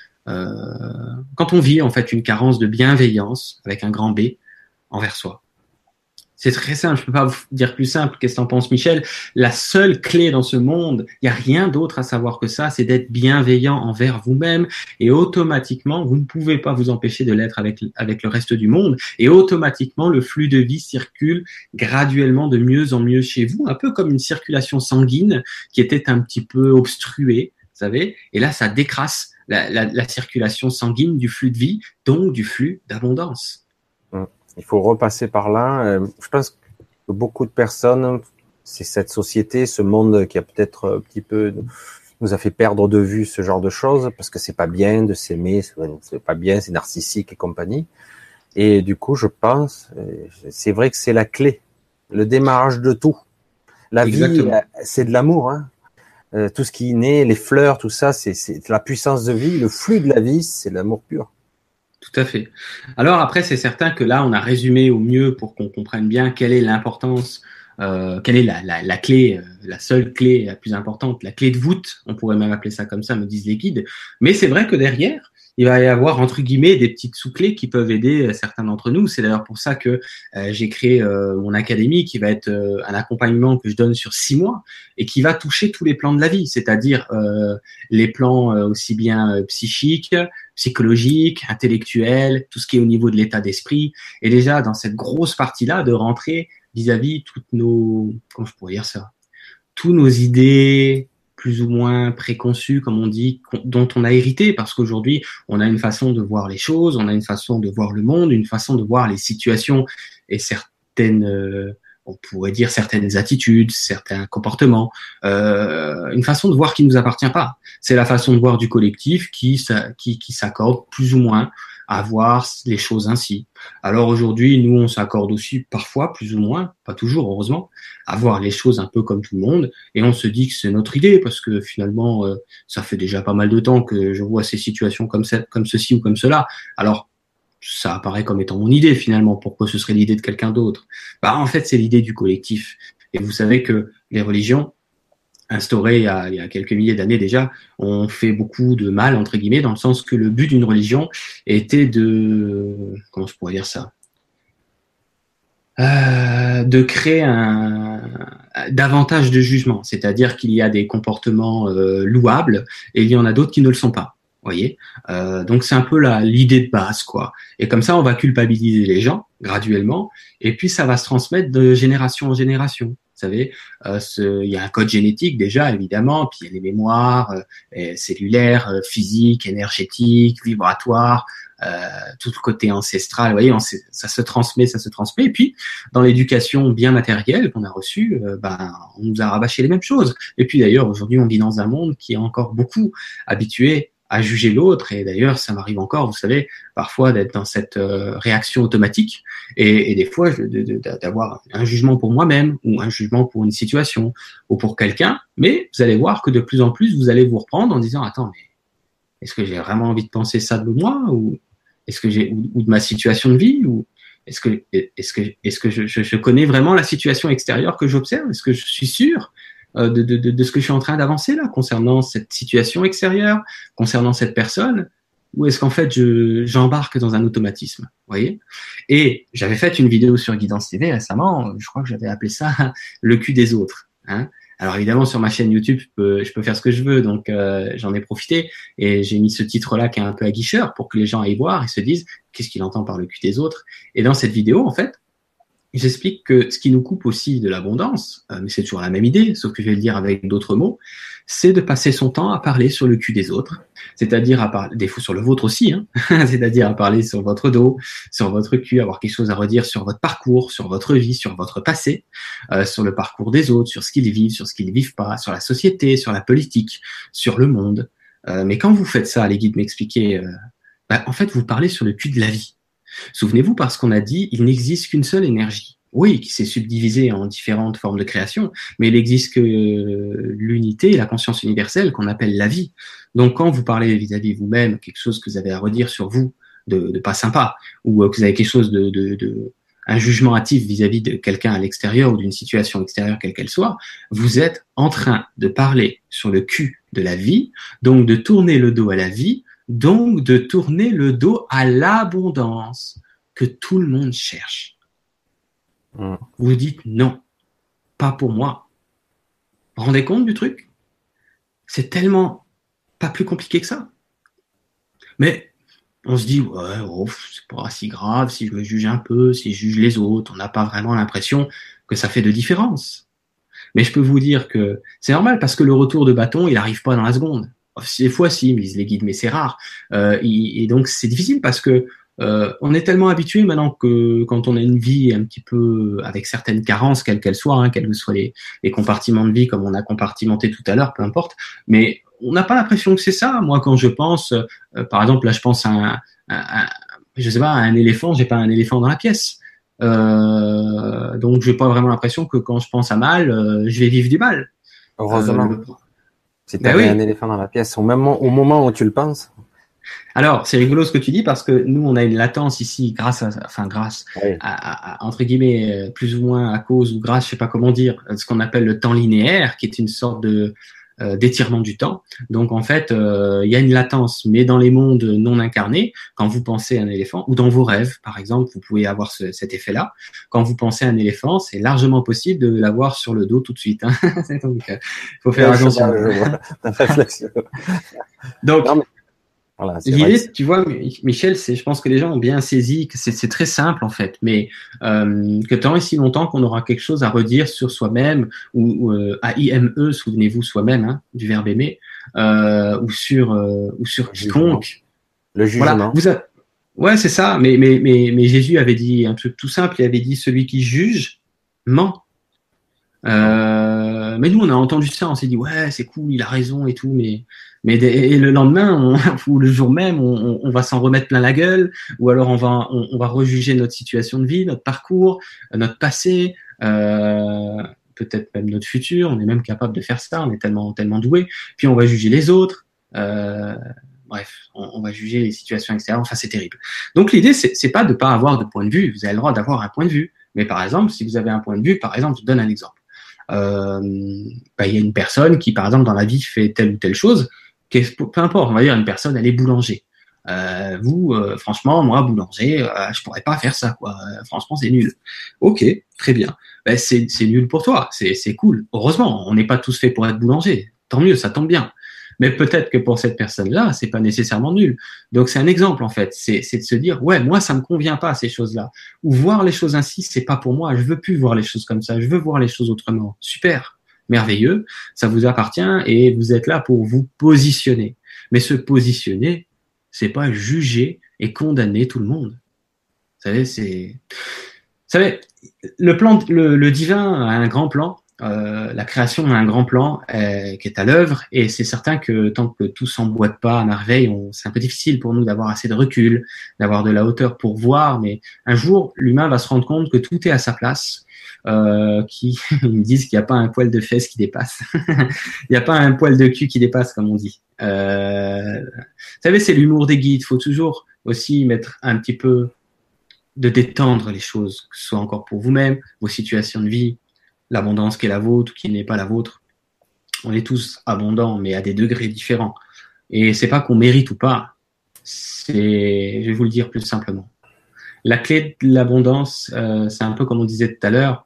quand on vit en fait une carence de bienveillance avec un grand B envers soi. C'est très simple, je peux pas vous dire plus simple. Qu'est-ce que t'en penses, Michel? La seule clé dans ce monde, il y a rien d'autre à savoir que ça, c'est d'être bienveillant envers vous-même, et automatiquement, vous ne pouvez pas vous empêcher de l'être avec le reste du monde, et automatiquement, le flux de vie circule graduellement de mieux en mieux chez vous, un peu comme une circulation sanguine qui était un petit peu obstruée, vous savez, et là, ça décrasse la circulation sanguine du flux de vie, donc du flux d'abondance. Il faut repasser par là. Je pense que beaucoup de personnes, c'est cette société, ce monde qui a peut-être un petit peu nous a fait perdre de vue ce genre de choses, parce que c'est pas bien de s'aimer, c'est pas bien, c'est narcissique et compagnie. Et du coup, je pense, c'est vrai que c'est la clé, le démarrage de tout. La Exactement. vie, c'est de l'amour, hein. Tout ce qui naît, les fleurs, tout ça, c'est la puissance de vie, le flux de la vie, c'est l'amour pur. Tout à fait. Alors après, c'est certain que là, on a résumé au mieux pour qu'on comprenne bien quelle est l'importance, quelle est la clé, la seule clé la plus importante, la clé de voûte, on pourrait même appeler ça comme ça, me disent les guides. Mais c'est vrai que derrière, il va y avoir, entre guillemets, des petites sous-clés qui peuvent aider certains d'entre nous. C'est d'ailleurs pour ça que j'ai créé mon académie, qui va être un accompagnement que je donne sur 6 mois et qui va toucher tous les plans de la vie, c'est-à-dire les plans aussi bien psychiques, psychologiques, intellectuels, tout ce qui est au niveau de l'état d'esprit. Et déjà, dans cette grosse partie-là, de rentrer vis-à-vis toutes nos, comment je pourrais dire ça, tous nos idées plus ou moins préconçues, comme on dit, dont on a hérité, parce qu'aujourd'hui, on a une façon de voir les choses, on a une façon de voir le monde, une façon de voir les situations et certaines, on pourrait dire certaines attitudes, certains comportements, une façon de voir qui nous appartient pas. C'est la façon de voir du collectif qui s'accorde plus ou moins à voir les choses ainsi. Alors aujourd'hui, nous, on s'accorde aussi parfois, plus ou moins, pas toujours, heureusement, à voir les choses un peu comme tout le monde, et on se dit que c'est notre idée, parce que finalement, ça fait déjà pas mal de temps que je vois ces situations comme ceci ou comme cela. Alors, ça apparaît comme étant mon idée, finalement. Pourquoi ce serait l'idée de quelqu'un d'autre? Bah, en fait, c'est l'idée du collectif. Et vous savez que les religions, instaurées il y a quelques milliers d'années déjà, ont fait beaucoup de mal, entre guillemets, dans le sens que le but d'une religion était comment je pourrais dire ça? De créer davantage de jugement. C'est-à-dire qu'il y a des comportements louables et il y en a d'autres qui ne le sont pas. Voyez, donc c'est un peu l'idée de base, quoi. Et comme ça, on va culpabiliser les gens graduellement, et puis ça va se transmettre de génération en génération. Vous savez, il y a un code génétique déjà, évidemment, puis il y a les mémoires cellulaires, physiques, énergétiques, vibratoires, tout le côté ancestral. Vous voyez, ça se transmet. Et puis, dans l'éducation bien matérielle qu'on a reçue, on nous a rabâché les mêmes choses. Et puis d'ailleurs, aujourd'hui, on vit dans un monde qui est encore beaucoup habitué à juger l'autre, et d'ailleurs ça m'arrive encore, vous savez, parfois d'être dans cette réaction automatique, et des fois d'avoir un jugement pour moi-même, ou un jugement pour une situation, ou pour quelqu'un, mais vous allez voir que de plus en plus vous allez vous reprendre en disant, attends, mais est-ce que j'ai vraiment envie de penser ça de moi, ou est-ce que ou de ma situation de vie, ou est-ce que je connais vraiment la situation extérieure que j'observe, est-ce que je suis sûr de ce que je suis en train d'avancer là, concernant cette situation extérieure, concernant cette personne, ou est-ce qu'en fait j'embarque dans un automatisme, vous voyez? Et j'avais fait une vidéo sur Guidance TV récemment, je crois que j'avais appelé ça le cul des autres, hein. Alors évidemment, sur ma chaîne YouTube, je peux faire ce que je veux, donc j'en ai profité et j'ai mis ce titre-là qui est un peu aguicheur pour que les gens aillent voir et se disent qu'est-ce qu'il entend par le cul des autres. Et dans cette vidéo, en fait, j'explique que ce qui nous coupe aussi de l'abondance, mais c'est toujours la même idée, sauf que je vais le dire avec d'autres mots, c'est de passer son temps à parler sur le cul des autres, c'est-à-dire à parler, des fois sur le vôtre aussi, hein, c'est-à-dire à parler sur votre dos, sur votre cul, avoir quelque chose à redire sur votre parcours, sur votre vie, sur votre passé, sur le parcours des autres, sur ce qu'ils vivent, sur ce qu'ils ne vivent pas, sur la société, sur la politique, sur le monde. Mais quand vous faites ça, les guides m'expliquaient, en fait, vous parlez sur le cul de la vie. Souvenez-vous, parce qu'on a dit, il n'existe qu'une seule énergie. Oui, qui s'est subdivisée en différentes formes de création, mais il n'existe que l'unité, la conscience universelle qu'on appelle la vie. Donc, quand vous parlez vis-à-vis vous-même, quelque chose que vous avez à redire sur vous, de pas sympa, ou que vous avez quelque chose un jugement hâtif vis-à-vis de quelqu'un à l'extérieur ou d'une situation extérieure quelle qu'elle soit, vous êtes en train de parler sur le cul de la vie, donc de tourner le dos à la vie, donc de tourner le dos à l'abondance que tout le monde cherche. Vous dites non, pas pour moi. Vous vous rendez compte du truc? C'est tellement pas plus compliqué que ça. Mais on se dit, ouais, oh, c'est pas si grave si je me juge un peu, si je juge les autres, on n'a pas vraiment l'impression que ça fait de différence. Mais je peux vous dire que c'est normal parce que le retour de bâton, il n'arrive pas dans la seconde. Des fois, si, me disent les guides, mais c'est rare. Et donc, c'est difficile parce que on est tellement habitué maintenant que quand on a une vie un petit peu avec certaines carences, quelles qu'elles soient, hein, quels que soient les compartiments de vie, comme on a compartimenté tout à l'heure, peu importe, mais on n'a pas l'impression que c'est ça. Moi, quand je pense, par exemple, là, je pense je sais pas, à un éléphant, j'ai pas un éléphant dans la pièce. Donc, j'ai pas vraiment l'impression que quand je pense à mal, je vais vivre du mal. Heureusement. Si tu avais un éléphant dans la pièce, au moment où tu le penses. Alors, c'est rigolo ce que tu dis parce que nous, on a une latence ici grâce à entre guillemets, plus ou moins à cause ou grâce, je sais pas comment dire, ce qu'on appelle le temps linéaire, qui est une sorte d'étirement du temps. Donc, en fait, il y a une latence, mais dans les mondes non incarnés, quand vous pensez à un éléphant, ou dans vos rêves, par exemple, vous pouvez avoir cet effet-là. Quand vous pensez à un éléphant, c'est largement possible de l'avoir sur le dos tout de suite. Hein. Donc, faut faire attention. Donc, voilà, l'idée, tu vois, Michel, je pense que les gens ont bien saisi que c'est très simple en fait, mais que tant et si longtemps qu'on aura quelque chose à redire sur soi-même ou AIME, souvenez-vous soi-même hein, du verbe aimer, ou sur quiconque. Le jugement. Voilà, ouais, c'est ça. Mais Jésus avait dit un truc tout simple. Il avait dit celui qui juge ment. Mais nous, on a entendu ça, on s'est dit ouais, c'est cool, il a raison et tout, et le lendemain ou le jour même, on va s'en remettre plein la gueule, ou alors on va rejuger notre situation de vie, notre parcours, notre passé, peut-être même notre futur. On est même capable de faire ça, on est tellement doué. Puis on va juger les autres. Bref, on va juger les situations extérieures. Enfin, c'est terrible. Donc l'idée, c'est pas de pas avoir de point de vue. Vous avez le droit d'avoir un point de vue. Mais par exemple, si vous avez un point de vue, par exemple, je donne un exemple. Il y a une personne qui, par exemple, dans la vie fait telle ou telle chose, peu importe, on va dire une personne, elle est boulanger. Franchement, moi, boulanger, je pourrais pas faire ça, quoi. Franchement, c'est nul. Ok, très bien. C'est nul pour toi, c'est cool. Heureusement, on n'est pas tous faits pour être boulanger. Tant mieux, ça tombe bien. Mais peut-être que pour cette personne-là, c'est pas nécessairement nul. Donc c'est un exemple en fait. C'est de se dire ouais, moi ça me convient pas ces choses-là. Ou voir les choses ainsi, c'est pas pour moi. Je veux plus voir les choses comme ça. Je veux voir les choses autrement. Super, merveilleux. Ça vous appartient et vous êtes là pour vous positionner. Mais se positionner, c'est pas juger et condamner tout le monde. Vous savez, le divin a un grand plan. La création a un grand plan qui est à l'œuvre et c'est certain que tant que tout s'emboîte pas à merveille, c'est un peu difficile pour nous d'avoir assez de recul, d'avoir de la hauteur pour voir, mais un jour l'humain va se rendre compte que tout est à sa place, ils me disent qu'il n'y a pas un poil de fesse qui dépasse, il n'y a pas un poil de cul qui dépasse comme on dit. Vous savez, c'est l'humour des guides, il faut toujours aussi mettre un petit peu de détendre les choses, que ce soit encore pour vous-même, vos situations de vie, l'abondance qui est la vôtre ou qui n'est pas la vôtre. On est tous abondants, mais à des degrés différents. Et c'est pas qu'on mérite ou pas. Je vais vous le dire plus simplement. La clé de l'abondance, c'est un peu comme on disait tout à l'heure.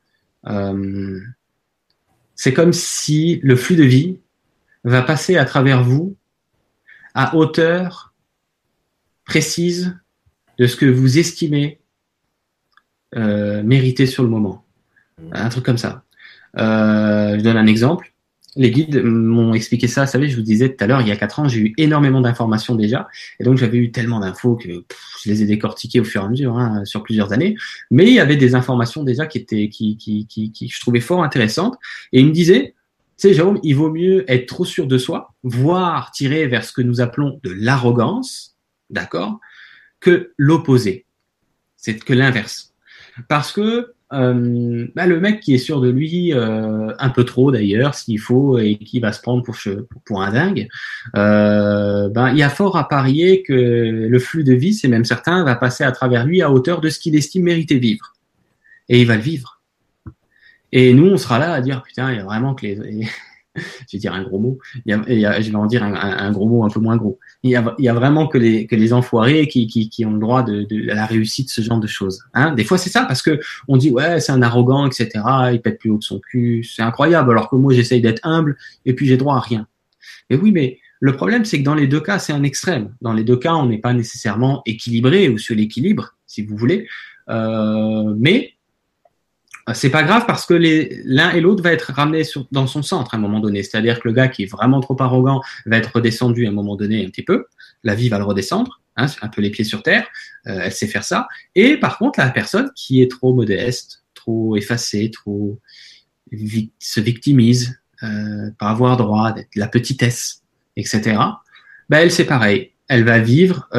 C'est comme si le flux de vie va passer à travers vous à hauteur précise de ce que vous estimez mérité sur le moment. Un truc comme ça. Je donne un exemple. Les guides m'ont expliqué ça. Vous savez, je vous disais tout à l'heure, il y a 4 ans, j'ai eu énormément d'informations déjà. Et donc, j'avais eu tellement d'infos que je les ai décortiquées au fur et à mesure, sur plusieurs années. Mais il y avait des informations déjà qui je trouvais fort intéressantes. Et il me disait, tu sais, Jérôme, il vaut mieux être trop sûr de soi, voire tirer vers ce que nous appelons de l'arrogance, d'accord, que l'opposé. C'est que l'inverse. Parce que le mec qui est sûr de lui, un peu trop d'ailleurs, s'il faut, et qui va se prendre pour un dingue, il y a fort à parier que le flux de vie, c'est même certain, va passer à travers lui à hauteur de ce qu'il estime mériter vivre. Et il va le vivre. Et nous, on sera là à dire, putain, il y a vraiment que je vais dire un gros mot, je vais en dire un gros mot un peu moins gros. Il y a vraiment que les enfoirés qui ont le droit de la réussite, ce genre de choses. Des fois, c'est ça, parce que on dit, ouais, c'est un arrogant, etc., il pète plus haut que son cul, c'est incroyable, alors que moi, j'essaye d'être humble, et puis j'ai droit à rien. Mais oui, mais le problème, c'est que dans les deux cas, c'est un extrême. Dans les deux cas, on n'est pas nécessairement équilibré, ou sur l'équilibre, si vous voulez, mais c'est pas grave parce que l'un et l'autre va être ramené dans son centre à un moment donné. C'est-à-dire que le gars qui est vraiment trop arrogant va être redescendu à un moment donné un petit peu. La vie va le redescendre, un peu les pieds sur terre. Elle sait faire ça. Et par contre, la personne qui est trop modeste, trop effacée, trop se victimise, pas avoir droit, d'être la petitesse, etc. Elle, c'est pareil. Elle va vivre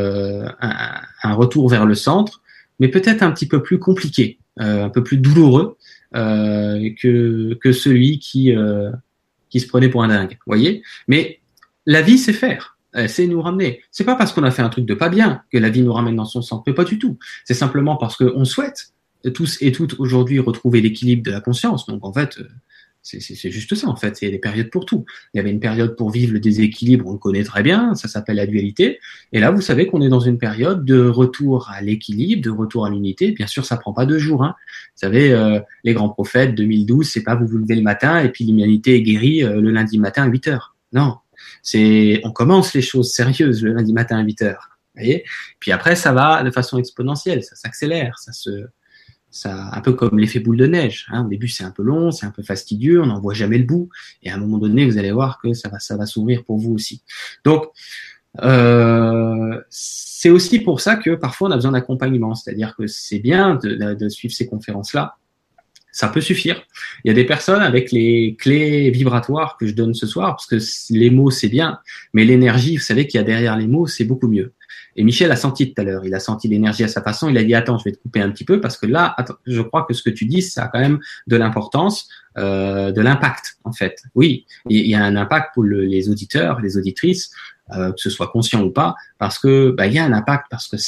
un retour vers le centre, mais peut-être un petit peu plus compliqué. Un peu plus douloureux que celui qui se prenait pour un dingue, voyez. Mais la vie sait faire, elle sait nous ramener. C'est pas parce qu'on a fait un truc de pas bien que la vie nous ramène dans son centre, mais pas du tout. C'est simplement parce qu'on souhaite tous et toutes aujourd'hui retrouver l'équilibre de la conscience. Donc en fait, c'est juste ça, en fait. C'est des périodes pour tout. Il y avait une période pour vivre le déséquilibre, on le connaît très bien, ça s'appelle la dualité. Et là, vous savez qu'on est dans une période de retour à l'équilibre, de retour à l'unité. Bien sûr, ça prend pas 2 jours. Vous savez, les grands prophètes, 2012, c'est pas vous vous levez le matin et puis l'humanité est guérie le lundi matin à 8 heures. Non. On commence les choses sérieuses le lundi matin à 8 heures. Vous voyez? Puis après, ça va de façon exponentielle, ça s'accélère, un peu comme l'effet boule de neige. Au début, c'est un peu long, c'est un peu fastidieux, on n'en voit jamais le bout. Et à un moment donné, vous allez voir que ça va s'ouvrir pour vous aussi. Donc, c'est aussi pour ça que parfois on a besoin d'accompagnement. C'est-à-dire que c'est bien de suivre ces conférences-là. Ça peut suffire. Il y a des personnes avec les clés vibratoires que je donne ce soir, parce que les mots, c'est bien, mais l'énergie, vous savez qu'il y a derrière les mots, c'est beaucoup mieux. Et Michel a senti tout à l'heure, il a senti l'énergie à sa façon, il a dit, attends, je vais te couper un petit peu, parce que là, attends, je crois que ce que tu dis, ça a quand même de l'importance, de l'impact, en fait. Oui, il y a un impact pour les auditeurs, les auditrices, que ce soit conscient ou pas, parce que il y a un impact, parce que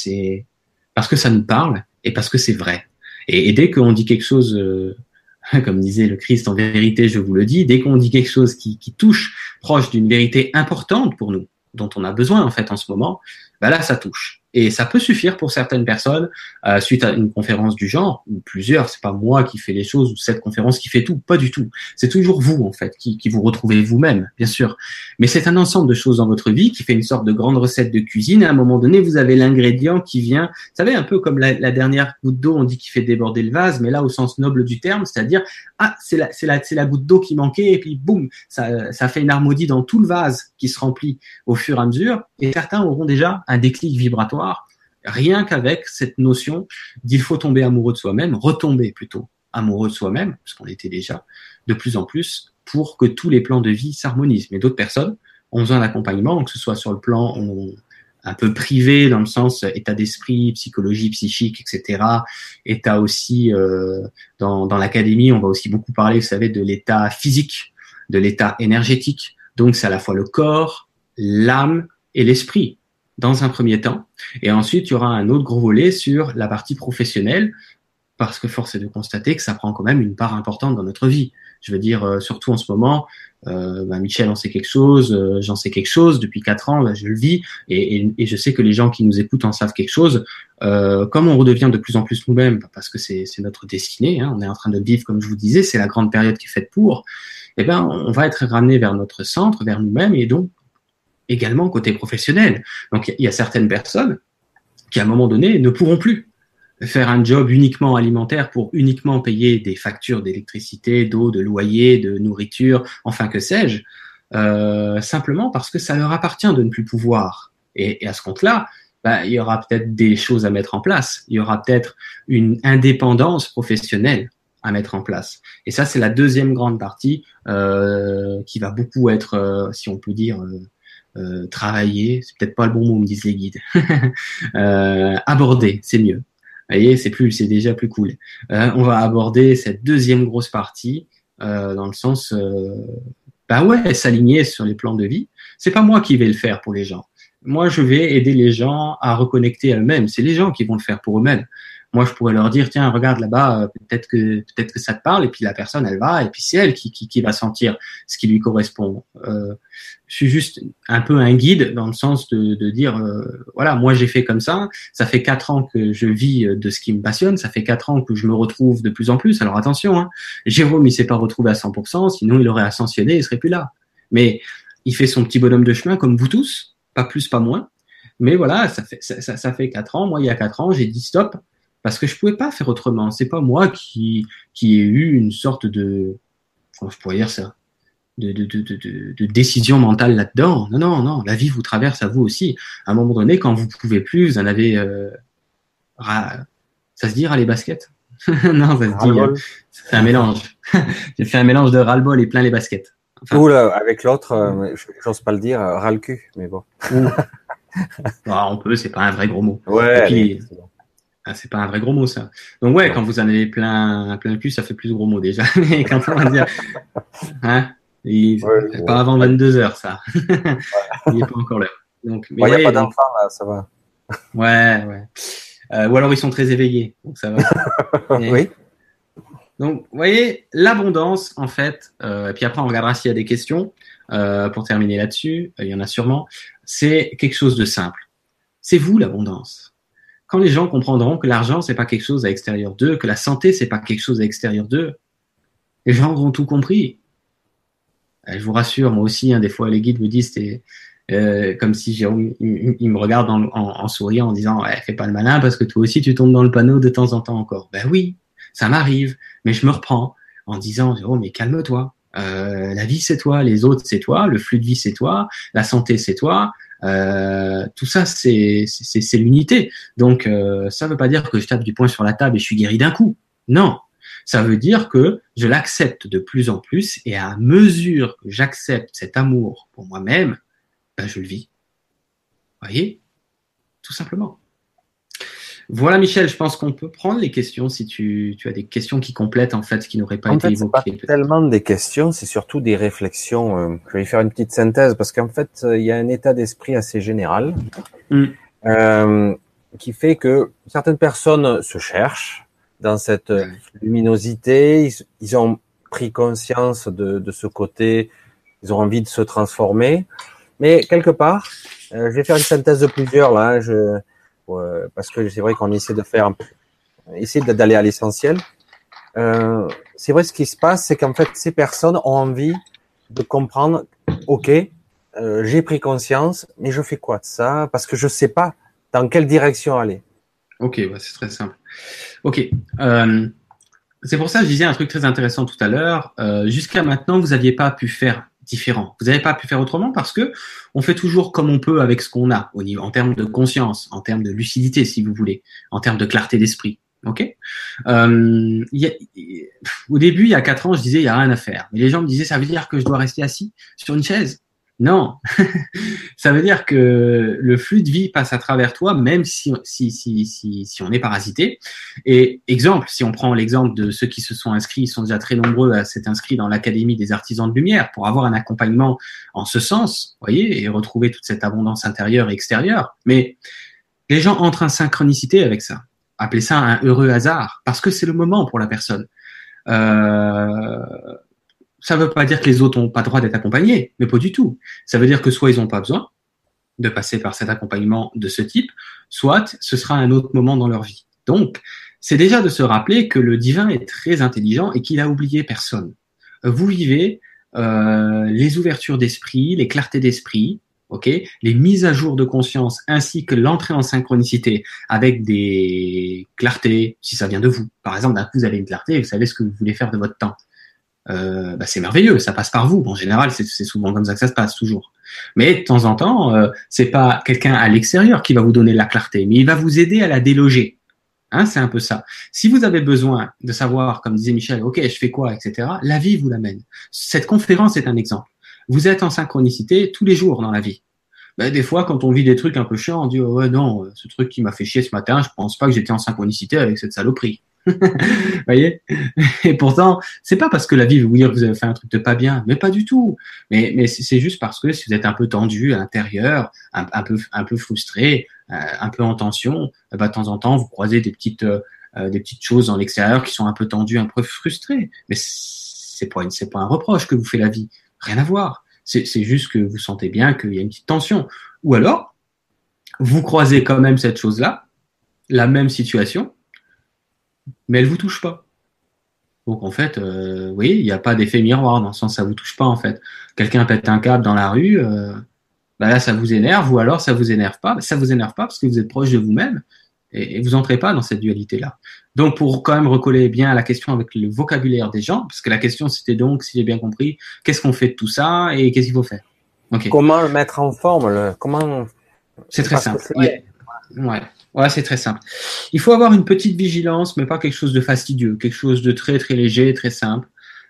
ça nous parle, et parce que c'est vrai. Et dès qu'on dit quelque chose, comme disait le Christ, en vérité, je vous le dis, dès qu'on dit quelque chose qui touche, proche d'une vérité importante pour nous, dont on a besoin en fait en ce moment, là ça touche. Et ça peut suffire pour certaines personnes suite à une conférence du genre, ou plusieurs, c'est pas moi qui fais les choses, ou cette conférence qui fait tout, pas du tout. C'est toujours vous en fait qui vous retrouvez vous-même, bien sûr. Mais c'est un ensemble de choses dans votre vie qui fait une sorte de grande recette de cuisine. Et à un moment donné, vous avez l'ingrédient qui vient, vous savez, un peu comme la dernière goutte d'eau, on dit qu'il fait déborder le vase, mais là au sens noble du terme, c'est-à-dire c'est la goutte d'eau qui manquait, et puis boum, ça fait une harmonie dans tout le vase qui se remplit au fur et à mesure. Et certains auront déjà un déclic vibratoire. Rien qu'avec cette notion d'il faut tomber amoureux de soi-même, retomber plutôt amoureux de soi-même, parce qu'on l'était déjà de plus en plus, pour que tous les plans de vie s'harmonisent. Mais d'autres personnes ont besoin d'accompagnement, que ce soit sur le plan un peu privé, dans le sens état d'esprit, psychologie, psychique, etc. État aussi, dans l'académie, on va aussi beaucoup parler, vous savez, de l'état physique, de l'état énergétique. Donc c'est à la fois le corps, l'âme et l'esprit, dans un premier temps. Et ensuite, il y aura un autre gros volet sur la partie professionnelle, parce que force est de constater que ça prend quand même une part importante dans notre vie. Je veux dire, surtout en ce moment, Michel en sait quelque chose, j'en sais quelque chose, depuis 4 ans, je le vis, et je sais que les gens qui nous écoutent en savent quelque chose. Comme on redevient de plus en plus nous-mêmes, parce que c'est notre destinée, on est en train de vivre, comme je vous disais, c'est la grande période qui est faite pour, on va être ramené vers notre centre, vers nous-mêmes, et donc également côté professionnel. Donc il y a certaines personnes qui à un moment donné ne pourront plus, faire un job uniquement alimentaire pour uniquement payer des factures d'électricité, d'eau, de loyer, de nourriture, enfin que sais-je, simplement parce que ça leur appartient de ne plus pouvoir. Et à ce compte-là, il y aura peut-être des choses à mettre en place. Il y aura peut-être une indépendance professionnelle à mettre en place. Et ça, c'est la deuxième grande partie qui va beaucoup être, si on peut dire, travailler. C'est peut-être pas le bon mot, me disent les guides. Aborder, c'est mieux. Vous voyez, c'est déjà plus cool. On va aborder cette deuxième grosse partie dans le sens, s'aligner sur les plans de vie. C'est pas moi qui vais le faire pour les gens. Moi, je vais aider les gens à reconnecter à eux-mêmes. C'est les gens qui vont le faire pour eux-mêmes. Moi, je pourrais leur dire, tiens, regarde là-bas, peut-être que ça te parle. Et puis la personne, elle va, et puis c'est elle qui va sentir ce qui lui correspond. Je suis juste un peu un guide dans le sens de dire, voilà, moi j'ai fait comme ça. Ça fait 4 ans que je vis de ce qui me passionne. Ça fait 4 ans que je me retrouve de plus en plus. Alors attention, hein, Jérôme, il s'est pas retrouvé à 100%, sinon il aurait ascensionné, il serait plus là. Mais il fait son petit bonhomme de chemin comme vous tous, pas plus, pas moins. Mais voilà, ça fait 4 ans. Moi, il y a 4 ans, j'ai dit stop. Parce que je pouvais pas faire autrement. C'est pas moi qui ai eu une sorte de, comment je pourrais dire ça, de décision mentale là-dedans. Non. La vie vous traverse à vous aussi. À un moment donné, quand vous pouvez plus, vous en avez, ça se dit ras les baskets? Non, ça se dit, c'est un mélange. J'ai fait un mélange de ras-le-bol et plein les baskets. Enfin, ou avec l'autre, j'ose pas le dire, ras le cul, mais bon. On peut, c'est pas un vrai gros mot. Ouais. Et puis, c'est pas un vrai gros mot, ça. Donc ouais, quand vous en avez plein le cul, ça fait plus de gros mots déjà. Mais quand on va dire, hein, pas avant 22 heures, ça. Il est pas encore l'heure. Donc, mais il n'y a pas d'enfants, là, ça va. Ouais. Ou alors ils sont très éveillés, donc ça va. Oui. Donc, vous voyez, l'abondance, en fait, et puis après on regardera s'il y a des questions, pour terminer là-dessus, il y en a sûrement, c'est quelque chose de simple. C'est vous, l'abondance. Quand les gens comprendront que l'argent, c'est pas quelque chose à l'extérieur d'eux, que la santé, c'est pas quelque chose à l'extérieur d'eux, les gens auront tout compris. Je vous rassure, moi aussi, hein, des fois, les guides me disent, c'est comme si Jérôme, il me regarde en souriant, en disant, ouais, fais pas le malin parce que toi aussi, tu tombes dans le panneau de temps en temps encore. Ben oui, ça m'arrive, mais je me reprends en disant, Jérôme, mais calme-toi. La vie, c'est toi, les autres, c'est toi, le flux de vie, c'est toi, la santé, c'est toi. Tout ça, c'est l'unité. Donc, ça veut pas dire que je tape du poing sur la table et je suis guéri d'un coup. Non, ça veut dire que je l'accepte de plus en plus et à mesure que j'accepte cet amour pour moi-même, je le vis. Vous voyez ? Tout simplement. Voilà, Michel, je pense qu'on peut prendre les questions si tu as des questions qui complètent en fait ce qui n'aurait pas été évoqué. C'est pas tellement des questions, c'est surtout des réflexions. Je vais faire une petite synthèse parce qu'en fait, il y a un état d'esprit assez général qui fait que certaines personnes se cherchent dans cette luminosité. Ils ont pris conscience de ce côté. Ils ont envie de se transformer. Mais quelque part, je vais faire une synthèse de plusieurs là. Parce que c'est vrai qu'on essaie d'aller à l'essentiel. C'est vrai, ce qui se passe, c'est qu'en fait, ces personnes ont envie de comprendre, ok, j'ai pris conscience, mais je fais quoi de ça? Parce que je sais pas dans quelle direction aller. Ok, c'est très simple. Ok, c'est pour ça que je disais un truc très intéressant tout à l'heure. Jusqu'à maintenant, vous n'aviez pas pu faire différent. Vous n'avez pas pu faire autrement parce que on fait toujours comme on peut avec ce qu'on a au niveau, en termes de conscience, en termes de lucidité, si vous voulez, en termes de clarté d'esprit. Ok. Au début, il y a 4 ans, je disais il y a rien à faire. Mais les gens me disaient ça veut dire que je dois rester assis sur une chaise. Non, ça veut dire que le flux de vie passe à travers toi, même si on est parasité. Et exemple, si on prend l'exemple de ceux qui se sont inscrits, ils sont déjà très nombreux à s'être inscrits dans l'Académie des Artisans de Lumière pour avoir un accompagnement en ce sens, voyez, et retrouver toute cette abondance intérieure et extérieure. Mais les gens entrent en synchronicité avec ça. Appelez ça un heureux hasard, parce que c'est le moment pour la personne. Ça veut pas dire que les autres n'ont pas le droit d'être accompagnés, mais pas du tout. Ça veut dire que soit ils n'ont pas besoin de passer par cet accompagnement de ce type, soit ce sera un autre moment dans leur vie. Donc, c'est déjà de se rappeler que le divin est très intelligent et qu'il a oublié personne. Vous vivez les ouvertures d'esprit, les clartés d'esprit, ok, les mises à jour de conscience ainsi que l'entrée en synchronicité avec des clartés, si ça vient de vous. Par exemple, d'un coup, vous avez une clarté, vous savez ce que vous voulez faire de votre temps. C'est merveilleux, ça passe par vous. En général, c'est souvent comme ça que ça se passe, toujours. Mais de temps en temps, c'est pas quelqu'un à l'extérieur qui va vous donner la clarté, mais il va vous aider à la déloger. Hein, c'est un peu ça. Si vous avez besoin de savoir, comme disait Michel, ok, je fais quoi, etc., la vie vous l'amène. Cette conférence est un exemple. Vous êtes en synchronicité tous les jours dans la vie. Ben, des fois, quand on vit des trucs un peu chiants, on dit oh, ouais non, ce truc qui m'a fait chier ce matin, je pense pas que j'étais en synchronicité avec cette saloperie. Voyez. Et pourtant, c'est pas parce que la vie veut vous dire que vous avez fait un truc de pas bien, mais pas du tout. Mais c'est juste parce que si vous êtes un peu tendu à l'intérieur, un peu frustré, un peu en tension, bah, de temps en temps, vous croisez des petites choses dans l'extérieur qui sont un peu tendues, un peu frustrées. Mais c'est pas un reproche que vous fait la vie. Rien à voir. C'est juste que vous sentez bien qu'il y a une petite tension. Ou alors, vous croisez quand même cette chose-là, la même situation, mais elle vous touche pas. Donc en fait, oui, il n'y a pas d'effet miroir dans le sens ça vous touche pas en fait. Quelqu'un pète un câble dans la rue, bah là ça vous énerve, ou alors ça vous énerve pas. Ça vous énerve pas parce que vous êtes proche de vous-même et vous entrez pas dans cette dualité-là. Donc pour quand même recoller bien la question avec le vocabulaire des gens, parce que la question c'était donc, si j'ai bien compris, qu'est-ce qu'on fait de tout ça et qu'est-ce qu'il faut faire. Okay. Comment le mettre en forme comment... C'est très simple. Ouais, c'est très simple. Il faut avoir une petite vigilance, mais pas quelque chose de fastidieux, quelque chose de très très léger, très simple.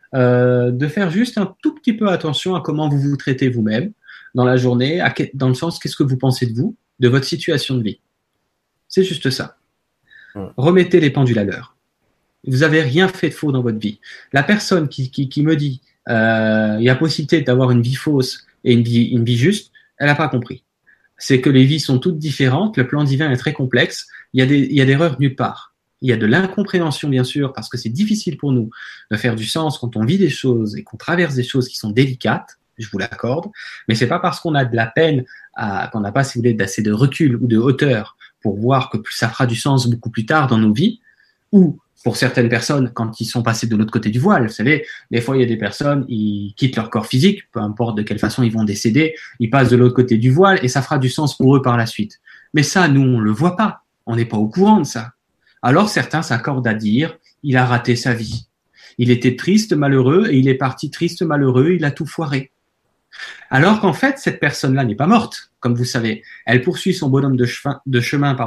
De faire juste un tout petit peu attention à comment vous vous traitez vous-même dans la journée, dans le sens qu'est-ce que vous pensez de vous, de votre situation de vie. C'est juste ça. Remettez les pendules à l'heure. Vous n'avez rien fait de faux dans votre vie. La personne qui me dit il y a possibilité d'avoir une vie fausse et une vie juste, elle n'a pas compris. C'est que les vies sont toutes différentes, le plan divin est très complexe, il y a d'erreurs nulle part. Il y a de l'incompréhension, bien sûr, parce que c'est difficile pour nous de faire du sens quand on vit des choses et qu'on traverse des choses qui sont délicates, je vous l'accorde, mais c'est pas parce qu'on a de la peine, qu'on n'a pas, si vous voulez, d'assez de recul ou de hauteur pour voir que ça fera du sens beaucoup plus tard dans nos vies, ou pour certaines personnes, quand ils sont passés de l'autre côté du voile, vous savez, des fois, il y a des personnes, ils quittent leur corps physique, peu importe de quelle façon ils vont décéder, ils passent de l'autre côté du voile et ça fera du sens pour eux par la suite. Mais ça, nous, on le voit pas. On n'est pas au courant de ça. Alors, certains s'accordent à dire, il a raté sa vie. Il était triste, malheureux, et il est parti triste, malheureux, il a tout foiré. Alors qu'en fait, cette personne-là n'est pas morte, comme vous savez. Elle poursuit son bonhomme de chemin,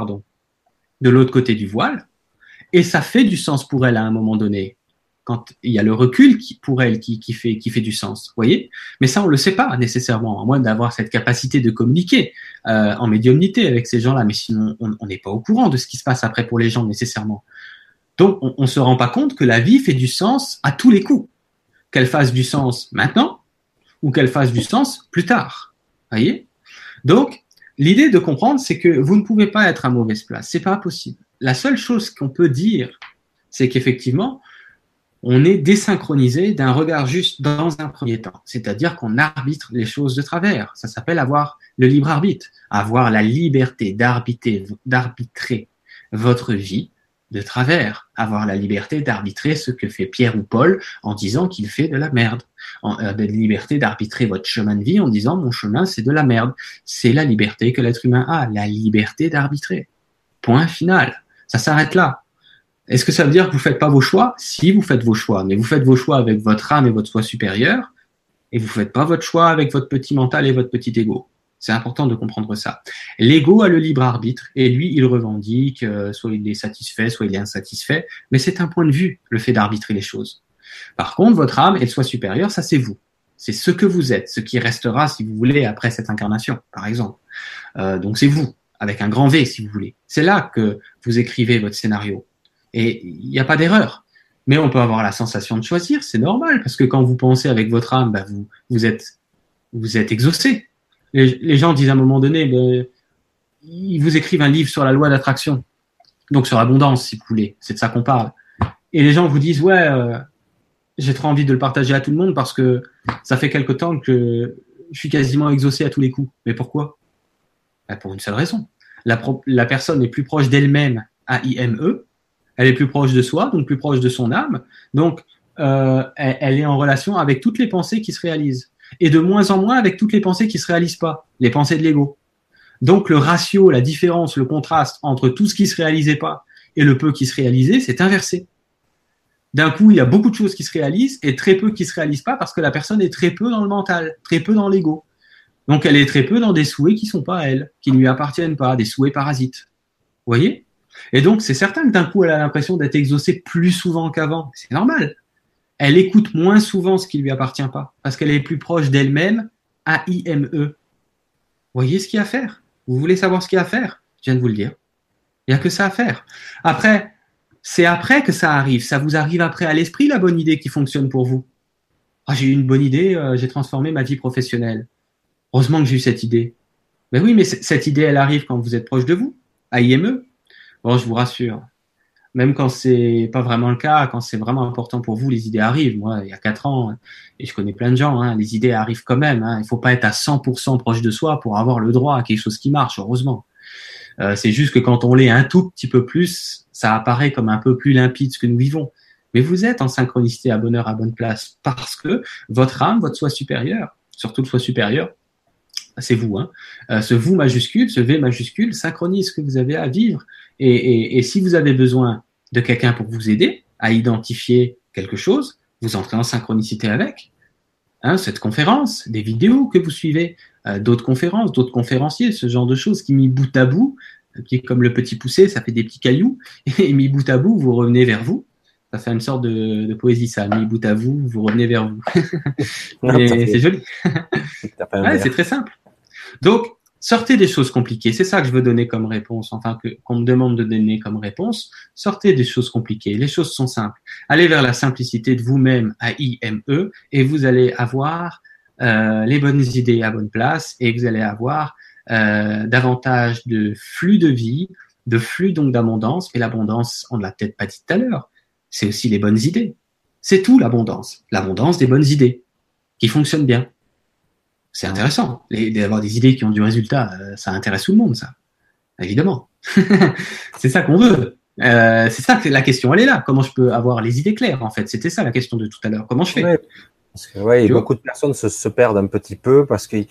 de l'autre côté du voile, et ça fait du sens pour elle à un moment donné. Quand il y a le recul pour elle qui fait du sens, voyez. Mais ça, on le sait pas nécessairement, à moins d'avoir cette capacité de communiquer en médiumnité avec ces gens-là. Mais sinon, on n'est pas au courant de ce qui se passe après pour les gens nécessairement. Donc, on se rend pas compte que la vie fait du sens à tous les coups. Qu'elle fasse du sens maintenant ou qu'elle fasse du sens plus tard, voyez. Donc, l'idée de comprendre, c'est que vous ne pouvez pas être à mauvaise place. C'est pas possible. La seule chose qu'on peut dire, c'est qu'effectivement, on est désynchronisé d'un regard juste dans un premier temps. C'est-à-dire qu'on arbitre les choses de travers. Ça s'appelle avoir le libre arbitre. Avoir la liberté d'arbitrer votre vie de travers. Avoir la liberté d'arbitrer ce que fait Pierre ou Paul en disant qu'il fait de la merde. La liberté d'arbitrer votre chemin de vie en disant mon chemin c'est de la merde. C'est la liberté que l'être humain a. La liberté d'arbitrer. Point final. Ça s'arrête là. Est-ce que ça veut dire que vous faites pas vos choix? Si, vous faites vos choix, mais vous faites vos choix avec votre âme et votre soi supérieur, et vous faites pas votre choix avec votre petit mental et votre petit ego. C'est important de comprendre ça. L'ego a le libre arbitre, et lui, il revendique, soit il est satisfait, soit il est insatisfait, mais c'est un point de vue, le fait d'arbitrer les choses. Par contre, votre âme et le soi supérieur, ça c'est vous. C'est ce que vous êtes, ce qui restera, si vous voulez, après cette incarnation, par exemple. Donc c'est vous, avec un grand V, si vous voulez. C'est là que vous écrivez votre scénario. Et il n'y a pas d'erreur. Mais on peut avoir la sensation de choisir, c'est normal, parce que quand vous pensez avec votre âme, bah vous êtes exaucé. Les gens disent à un moment donné, ils vous écrivent un livre sur la loi d'attraction, donc sur l'abondance, si vous voulez, c'est de ça qu'on parle. Et les gens vous disent, j'ai trop envie de le partager à tout le monde parce que ça fait quelque temps que je suis quasiment exaucé à tous les coups. Mais pourquoi? Pour une seule raison. La personne est plus proche d'elle-même, AIME, elle est plus proche de soi, donc plus proche de son âme, donc elle est en relation avec toutes les pensées qui se réalisent. et de moins en moins avec toutes les pensées qui se réalisent pas, les pensées de l'ego. Donc le ratio, la différence, le contraste entre tout ce qui se réalisait pas et le peu qui se réalisait, c'est inversé. D'un coup, il y a beaucoup de choses qui se réalisent et très peu qui se réalisent pas parce que la personne est très peu dans le mental, très peu dans l'ego. Donc elle est très peu dans des souhaits qui sont pas à elle, qui ne lui appartiennent pas, des souhaits parasites. Vous voyez? Et donc c'est certain que d'un coup elle a l'impression d'être exaucée plus souvent qu'avant. C'est normal. Elle écoute moins souvent ce qui lui appartient pas parce qu'elle est plus proche d'elle-même, AIME. Vous voyez ce qu'il y a à faire? Vous voulez savoir ce qu'il y a à faire? Je viens de vous le dire. Il n'y a que ça à faire. Après, c'est après que ça arrive. Ça vous arrive après à l'esprit, la bonne idée qui fonctionne pour vous. Ah, j'ai eu une bonne idée, j'ai transformé ma vie professionnelle. Heureusement que j'ai eu cette idée. Ben oui, mais cette idée, elle arrive quand vous êtes proche de vous, AIME. Bon, je vous rassure. Même quand c'est pas vraiment le cas, quand c'est vraiment important pour vous, les idées arrivent. Moi, il y a 4 ans, et je connais plein de gens, hein, les idées arrivent quand même. Hein. Il faut pas être à 100% proche de soi pour avoir le droit à quelque chose qui marche, heureusement. C'est juste que quand on l'est un tout petit peu plus, ça apparaît comme un peu plus limpide ce que nous vivons. Mais vous êtes en synchronicité à bonne heure, à bonne place, parce que votre âme, votre soi supérieur, surtout le soi supérieur, c'est vous, hein. Ce vous majuscule, ce V majuscule synchronise ce que vous avez à vivre. Et si vous avez besoin de quelqu'un pour vous aider à identifier quelque chose, vous entrez en synchronicité avec. Hein, cette conférence, des vidéos que vous suivez, d'autres conférences, d'autres conférenciers, ce genre de choses qui mis bout à bout, qui est comme le petit poussé, ça fait des petits cailloux, et mis bout à bout, vous revenez vers vous. Ça fait une sorte de poésie, ça. Mis bout à vous, vous revenez vers vous. Mais c'est joli. Ouais, c'est très simple. Donc, sortez des choses compliquées. C'est ça que je veux donner comme réponse. Enfin, qu'on me demande de donner comme réponse. Sortez des choses compliquées. Les choses sont simples. Allez vers la simplicité de vous-même, AIME, et vous allez avoir les bonnes idées à bonne place, et vous allez avoir davantage de flux de vie, de flux donc d'abondance. Et l'abondance, on ne l'a peut-être pas dit tout à l'heure, c'est aussi les bonnes idées. C'est tout l'abondance. L'abondance des bonnes idées qui fonctionnent bien. C'est intéressant. D'avoir des idées qui ont du résultat, ça intéresse tout le monde, ça. Évidemment. C'est ça qu'on veut. C'est ça que la question, elle est là. Comment je peux avoir les idées claires, en fait? C'était ça la question de tout à l'heure. Comment je fais? Ouais, parce que, ouais, beaucoup de personnes se perdent un petit peu parce qu'il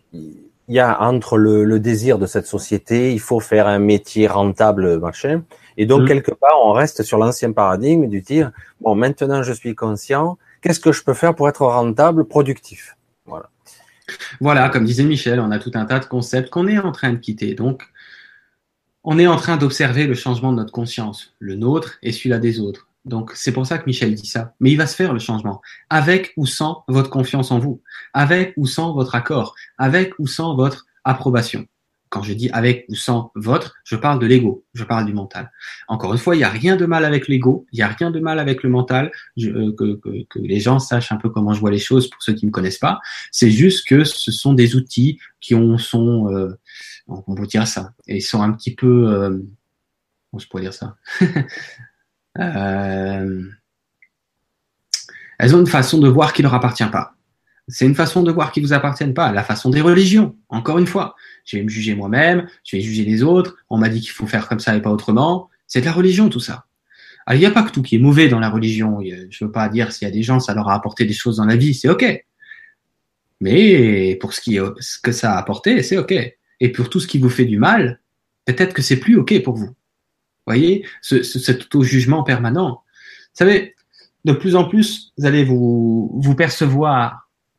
y a entre le désir de cette société, il faut faire un métier rentable, machin. Et donc, quelque part, on reste sur l'ancien paradigme du dire, bon, maintenant je suis conscient, qu'est-ce que je peux faire pour être rentable, productif? Voilà. Voilà, comme disait Michel, on a tout un tas de concepts qu'on est en train de quitter. Donc, on est en train d'observer le changement de notre conscience, le nôtre et celui-là des autres. Donc, c'est pour ça que Michel dit ça. Mais il va se faire le changement, avec ou sans votre confiance en vous, avec ou sans votre accord, avec ou sans votre approbation. Quand je dis avec ou sans votre, je parle de l'ego, je parle du mental. Encore une fois, il n'y a rien de mal avec l'ego, il n'y a rien de mal avec le mental, que les gens sachent un peu comment je vois les choses pour ceux qui ne me connaissent pas. C'est juste que ce sont des outils qui sont, on peut dire ça, et ils sont un petit peu, comment je pourrais dire ça elles ont une façon de voir qui leur appartient pas. C'est une façon de voir qui vous appartiennent pas, la façon des religions. Encore une fois, je vais me juger moi-même, je vais juger les autres. On m'a dit qu'il faut faire comme ça et pas autrement. C'est de la religion tout ça. Alors il n'y a pas que tout qui est mauvais dans la religion. Je veux pas dire s'il y a des gens ça leur a apporté des choses dans la vie, c'est ok. Mais pour ce que ça a apporté, c'est ok. Et pour tout ce qui vous fait du mal, peut-être que c'est plus ok pour vous. Vous voyez, cet auto-jugement permanent. Vous savez, de plus en plus, vous allez vous percevoir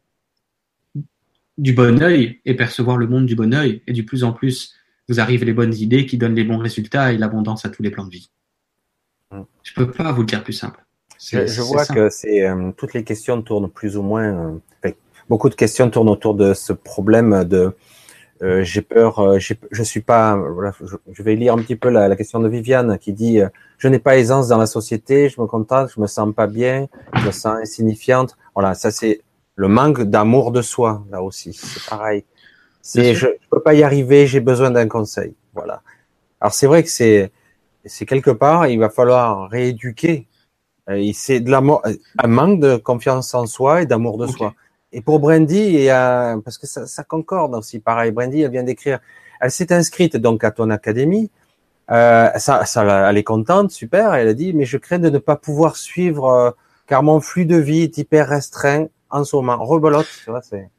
du bon œil et percevoir le monde du bon œil. Et de plus en plus, vous arrivent les bonnes idées qui donnent les bons résultats et l'abondance à tous les plans de vie. Je peux pas vous le dire plus simple. Je vois simple. Que c'est toutes les questions tournent plus ou moins. Beaucoup de questions tournent autour de ce problème de j'ai peur. Je suis pas. Voilà, je vais lire un petit peu la question de Viviane qui dit je n'ai pas aisance dans la société, je me contente, je me sens pas bien, je me sens insignifiante. Voilà, ça c'est le manque d'amour de soi, là aussi, c'est pareil. Je peux pas y arriver, j'ai besoin d'un conseil. Voilà. Alors c'est vrai que c'est quelque part, il va falloir rééduquer. C'est de un manque de confiance en soi et d'amour de soi. Et pour Brandy, parce que ça concorde aussi, pareil. Brandy, elle vient d'écrire. Elle s'est inscrite donc à ton académie. Elle est contente, super. Elle a dit, mais je crains de ne pas pouvoir suivre car mon flux de vie est hyper restreint en ce moment. Rebelote, tu vois, c'est.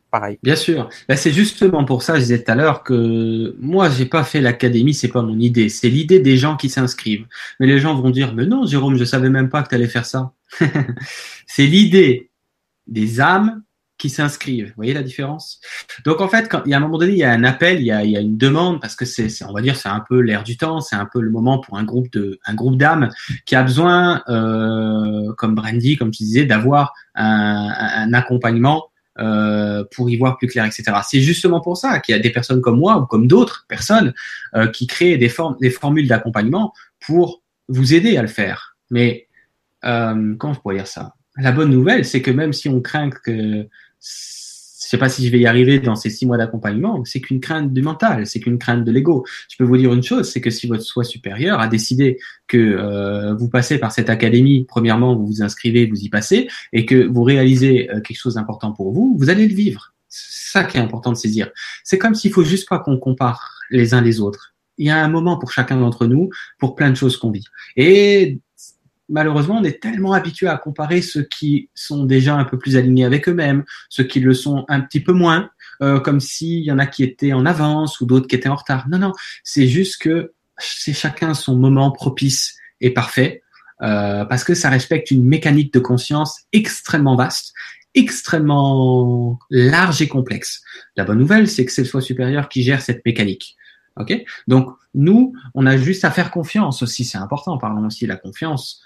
pareil. Bien sûr. Là, c'est justement pour ça, je disais tout à l'heure que moi, j'ai pas fait l'académie, c'est pas mon idée. C'est l'idée des gens qui s'inscrivent. Mais les gens vont dire, mais non, Jérôme, je savais même pas que tu allais faire ça. C'est l'idée des âmes qui s'inscrivent. Vous voyez la différence? Donc, en fait, quand il y a un moment donné, il y a un appel, il y a une demande, parce que on va dire, c'est un peu l'air du temps, c'est un peu le moment pour un groupe d'âmes qui a besoin, comme Brandy, comme tu disais, d'avoir un accompagnement pour y voir plus clair, etc. C'est justement pour ça qu'il y a des personnes comme moi ou comme d'autres personnes qui créent des formules d'accompagnement pour vous aider à le faire. Mais comment je pourrais dire ça? La bonne nouvelle, c'est que même si on craint que, je sais pas si je vais y arriver dans ces 6 mois d'accompagnement, c'est qu'une crainte du mental, c'est qu'une crainte de l'ego. Je peux vous dire une chose, c'est que si votre soi supérieur a décidé que vous passez par cette académie, premièrement, vous vous inscrivez, vous y passez, et que vous réalisez quelque chose d'important pour vous, vous allez le vivre. C'est ça qui est important de saisir. C'est comme s'il faut juste pas qu'on compare les uns les autres. Il y a un moment pour chacun d'entre nous, pour plein de choses qu'on vit. Et malheureusement, on est tellement habitué à comparer ceux qui sont déjà un peu plus alignés avec eux-mêmes, ceux qui le sont un petit peu moins, comme s'il y en a qui étaient en avance ou d'autres qui étaient en retard. Non, c'est juste que c'est chacun son moment propice et parfait, parce que ça respecte une mécanique de conscience extrêmement vaste, extrêmement large et complexe. La bonne nouvelle, c'est que c'est le soi supérieur qui gère cette mécanique. Ok ? Donc, nous, on a juste à faire confiance aussi, c'est important. Parlons aussi de la confiance.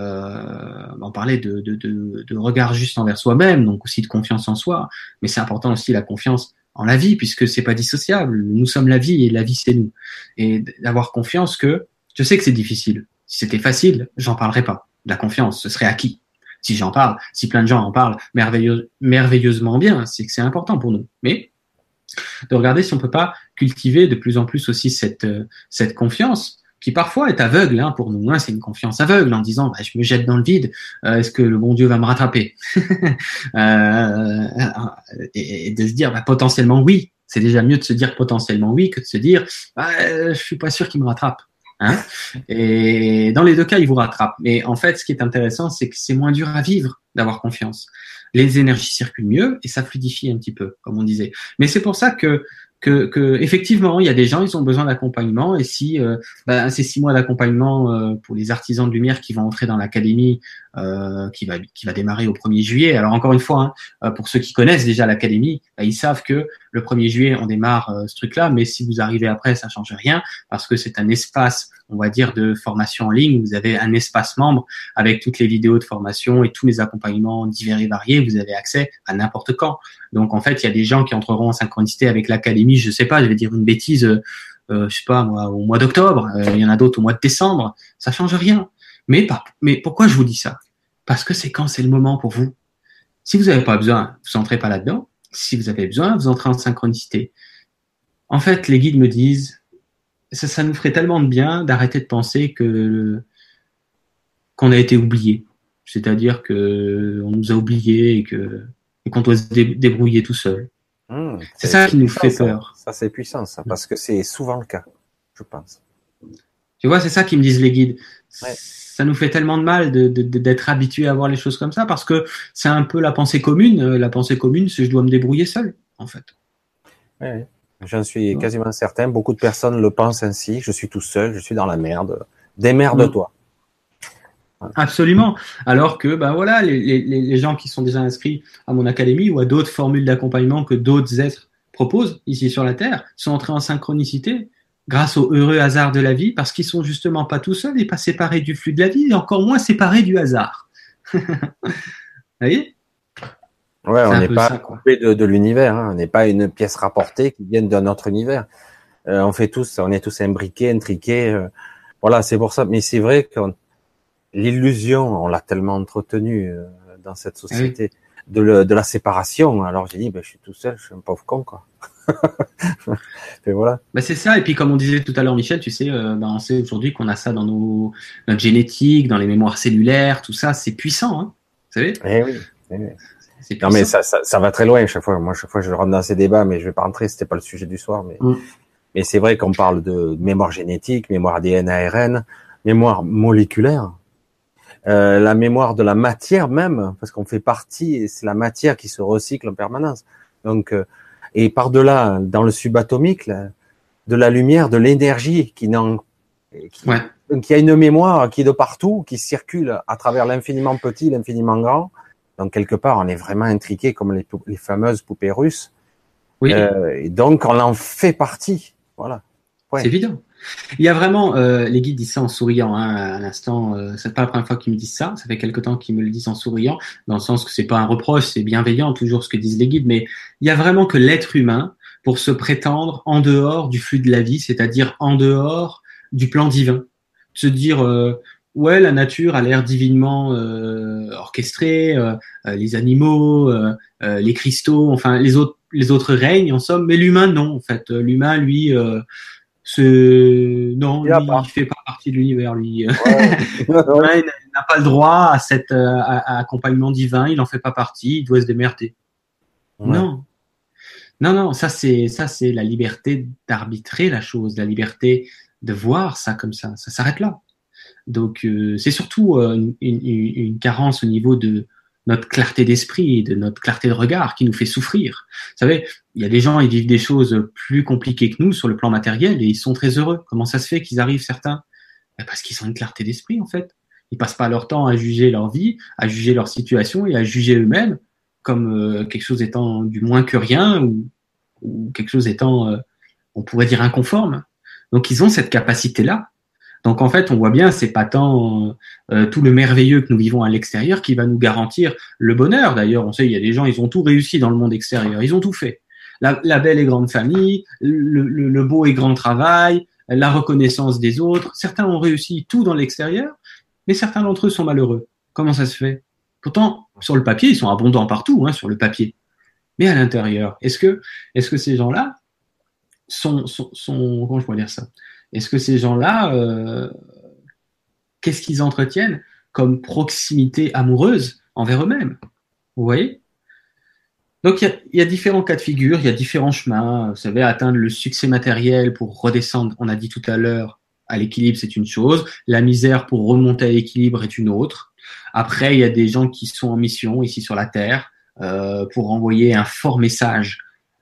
On parlait de regard juste envers soi-même, donc aussi de confiance en soi, mais c'est important aussi la confiance en la vie, puisque c'est pas dissociable. Nous sommes la vie et la vie c'est nous. Et d'avoir confiance que, je sais que c'est difficile. Si c'était facile, j'en parlerais pas. La confiance, ce serait acquis. Si j'en parle, si plein de gens en parlent merveilleusement bien, c'est que c'est important pour nous. Mais de regarder si on peut pas cultiver de plus en plus aussi cette confiance qui parfois est aveugle pour nous. C'est une confiance aveugle en disant je me jette dans le vide, est-ce que le bon Dieu va me rattraper et de se dire potentiellement oui. C'est déjà mieux de se dire potentiellement oui que de se dire je suis pas sûr qu'il me rattrape. Et dans les deux cas, il vous rattrape. Mais en fait, ce qui est intéressant, c'est que c'est moins dur à vivre d'avoir confiance. Les énergies circulent mieux et ça fluidifie un petit peu, comme on disait. Mais c'est pour ça que effectivement, il y a des gens, ils ont besoin d'accompagnement. Et si ces 6 mois d'accompagnement pour les artisans de lumière qui vont entrer dans l'académie, qui va démarrer au 1er juillet. Alors encore une fois, pour ceux qui connaissent déjà l'académie, ils savent que le 1er juillet on démarre ce truc-là. Mais si vous arrivez après, ça change rien parce que c'est un espace, on va dire, de formation en ligne. Vous avez un espace membre avec toutes les vidéos de formation et tous les accompagnements divers et variés. Vous avez accès à n'importe quand. Donc en fait, il y a des gens qui entreront en synchronicité avec l'académie. Je sais pas, je vais dire une bêtise. Je sais pas moi, au mois d'octobre. Il y en a d'autres au mois de décembre. Ça change rien. Mais pourquoi je vous dis ça? Parce que c'est quand c'est le moment pour vous. Si vous n'avez pas besoin, vous entrez pas là-dedans. Si vous avez besoin, vous entrez en synchronicité. En fait, les guides me disent, ça nous ferait tellement de bien d'arrêter de penser qu'on a été oublié. C'est-à-dire que on nous a oubliés et qu'on doit se débrouiller tout seul. C'est ça qui nous fait peur. Ça, c'est puissant, ça, parce que c'est souvent le cas, je pense. Tu vois, c'est ça qu'ils me disent les guides. Ouais. Ça nous fait tellement de mal d'être habitué à voir les choses comme ça parce que c'est un peu la pensée commune. La pensée commune, c'est je dois me débrouiller seul, en fait. Oui. J'en suis quasiment certain. Beaucoup de personnes le pensent ainsi. Je suis tout seul, je suis dans la merde. Démerde-toi. Absolument. Alors que, voilà, les gens qui sont déjà inscrits à mon académie ou à d'autres formules d'accompagnement que d'autres êtres proposent ici sur la Terre sont entrés en synchronicité grâce au heureux hasard de la vie, parce qu'ils sont justement pas tout seuls et pas séparés du flux de la vie, et encore moins séparés du hasard. Vous voyez ? Ouais, on n'est pas coupé de l'univers, on n'est pas une pièce rapportée qui vient d'un autre univers. On est tous imbriqués, intriqués. Voilà, c'est pour ça. Mais c'est vrai que l'illusion, on l'a tellement entretenue dans cette société, de la séparation. Alors j'ai dit, je suis tout seul, je suis un pauvre con, quoi. Et voilà. C'est ça. Et puis comme on disait tout à l'heure, Michel, tu sais, on sait aujourd'hui qu'on a ça dans notre génétique, dans les mémoires cellulaires, tout ça, c'est puissant, vous savez. Oui. Non mais ça va très loin chaque fois. Moi, chaque fois, je rentre dans ces débats, mais je vais pas rentrer. C'était pas le sujet du soir, mais c'est vrai qu'on parle de mémoire génétique, mémoire ADN, ARN, mémoire moléculaire, la mémoire de la matière même, parce qu'on fait partie. C'est la matière qui se recycle en permanence. Donc, et par-delà, dans le subatomique, de la lumière, de l'énergie qui a une mémoire qui est de partout, qui circule à travers l'infiniment petit, l'infiniment grand. Donc quelque part, on est vraiment intriqué comme les fameuses poupées russes. Oui. Et donc on en fait partie. Voilà. Ouais. C'est évident. Il y a vraiment, les guides disent ça en souriant, hein, à l'instant, c'est pas la première fois qu'ils me disent ça, ça fait quelque temps qu'ils me le disent en souriant, dans le sens que c'est pas un reproche, c'est bienveillant, toujours ce que disent les guides, mais il y a vraiment que l'être humain, pour se prétendre en dehors du flux de la vie, c'est-à-dire en dehors du plan divin, se dire, ouais, la nature a l'air divinement orchestrée, les animaux, les cristaux, enfin les autres règnent en somme, mais l'humain non, en fait, l'humain lui non, il fait pas partie de l'univers, lui. Ouais. Il n'a pas le droit à cet à accompagnement divin, il en fait pas partie, il doit se démerder. Ouais. Non, ça c'est la liberté d'arbitrer la chose, la liberté de voir ça comme ça s'arrête là. Donc c'est surtout une carence au niveau de notre clarté d'esprit et de notre clarté de regard qui nous fait souffrir. Vous savez, il y a des gens, ils vivent des choses plus compliquées que nous sur le plan matériel et ils sont très heureux. Comment ça se fait qu'ils arrivent, certains? Parce qu'ils ont une clarté d'esprit, en fait. Ils passent pas leur temps à juger leur vie, à juger leur situation et à juger eux-mêmes comme quelque chose étant du moins que rien ou quelque chose étant, on pourrait dire, inconforme. Donc ils ont cette capacité-là. Donc en fait, on voit bien, c'est pas tant tout le merveilleux que nous vivons à l'extérieur qui va nous garantir le bonheur. D'ailleurs, on sait, il y a des gens, ils ont tout réussi dans le monde extérieur, ils ont tout fait. La belle et grande famille, le beau et grand travail, la reconnaissance des autres. Certains ont réussi tout dans l'extérieur, mais certains d'entre eux sont malheureux. Comment ça se fait? Pourtant, sur le papier, ils sont abondants partout, hein, sur le papier. Mais à l'intérieur, est-ce que ces gens-là sont comment je pourrais dire ça? Est-ce que ces gens-là, qu'est-ce qu'ils entretiennent comme proximité amoureuse envers eux-mêmes? Vous voyez? Donc il y a différents cas de figure, il y a différents chemins. Vous savez, atteindre le succès matériel pour redescendre, on a dit tout à l'heure, à l'équilibre, c'est une chose. La misère pour remonter à l'équilibre est une autre. Après, il y a des gens qui sont en mission ici sur la Terre pour envoyer un fort message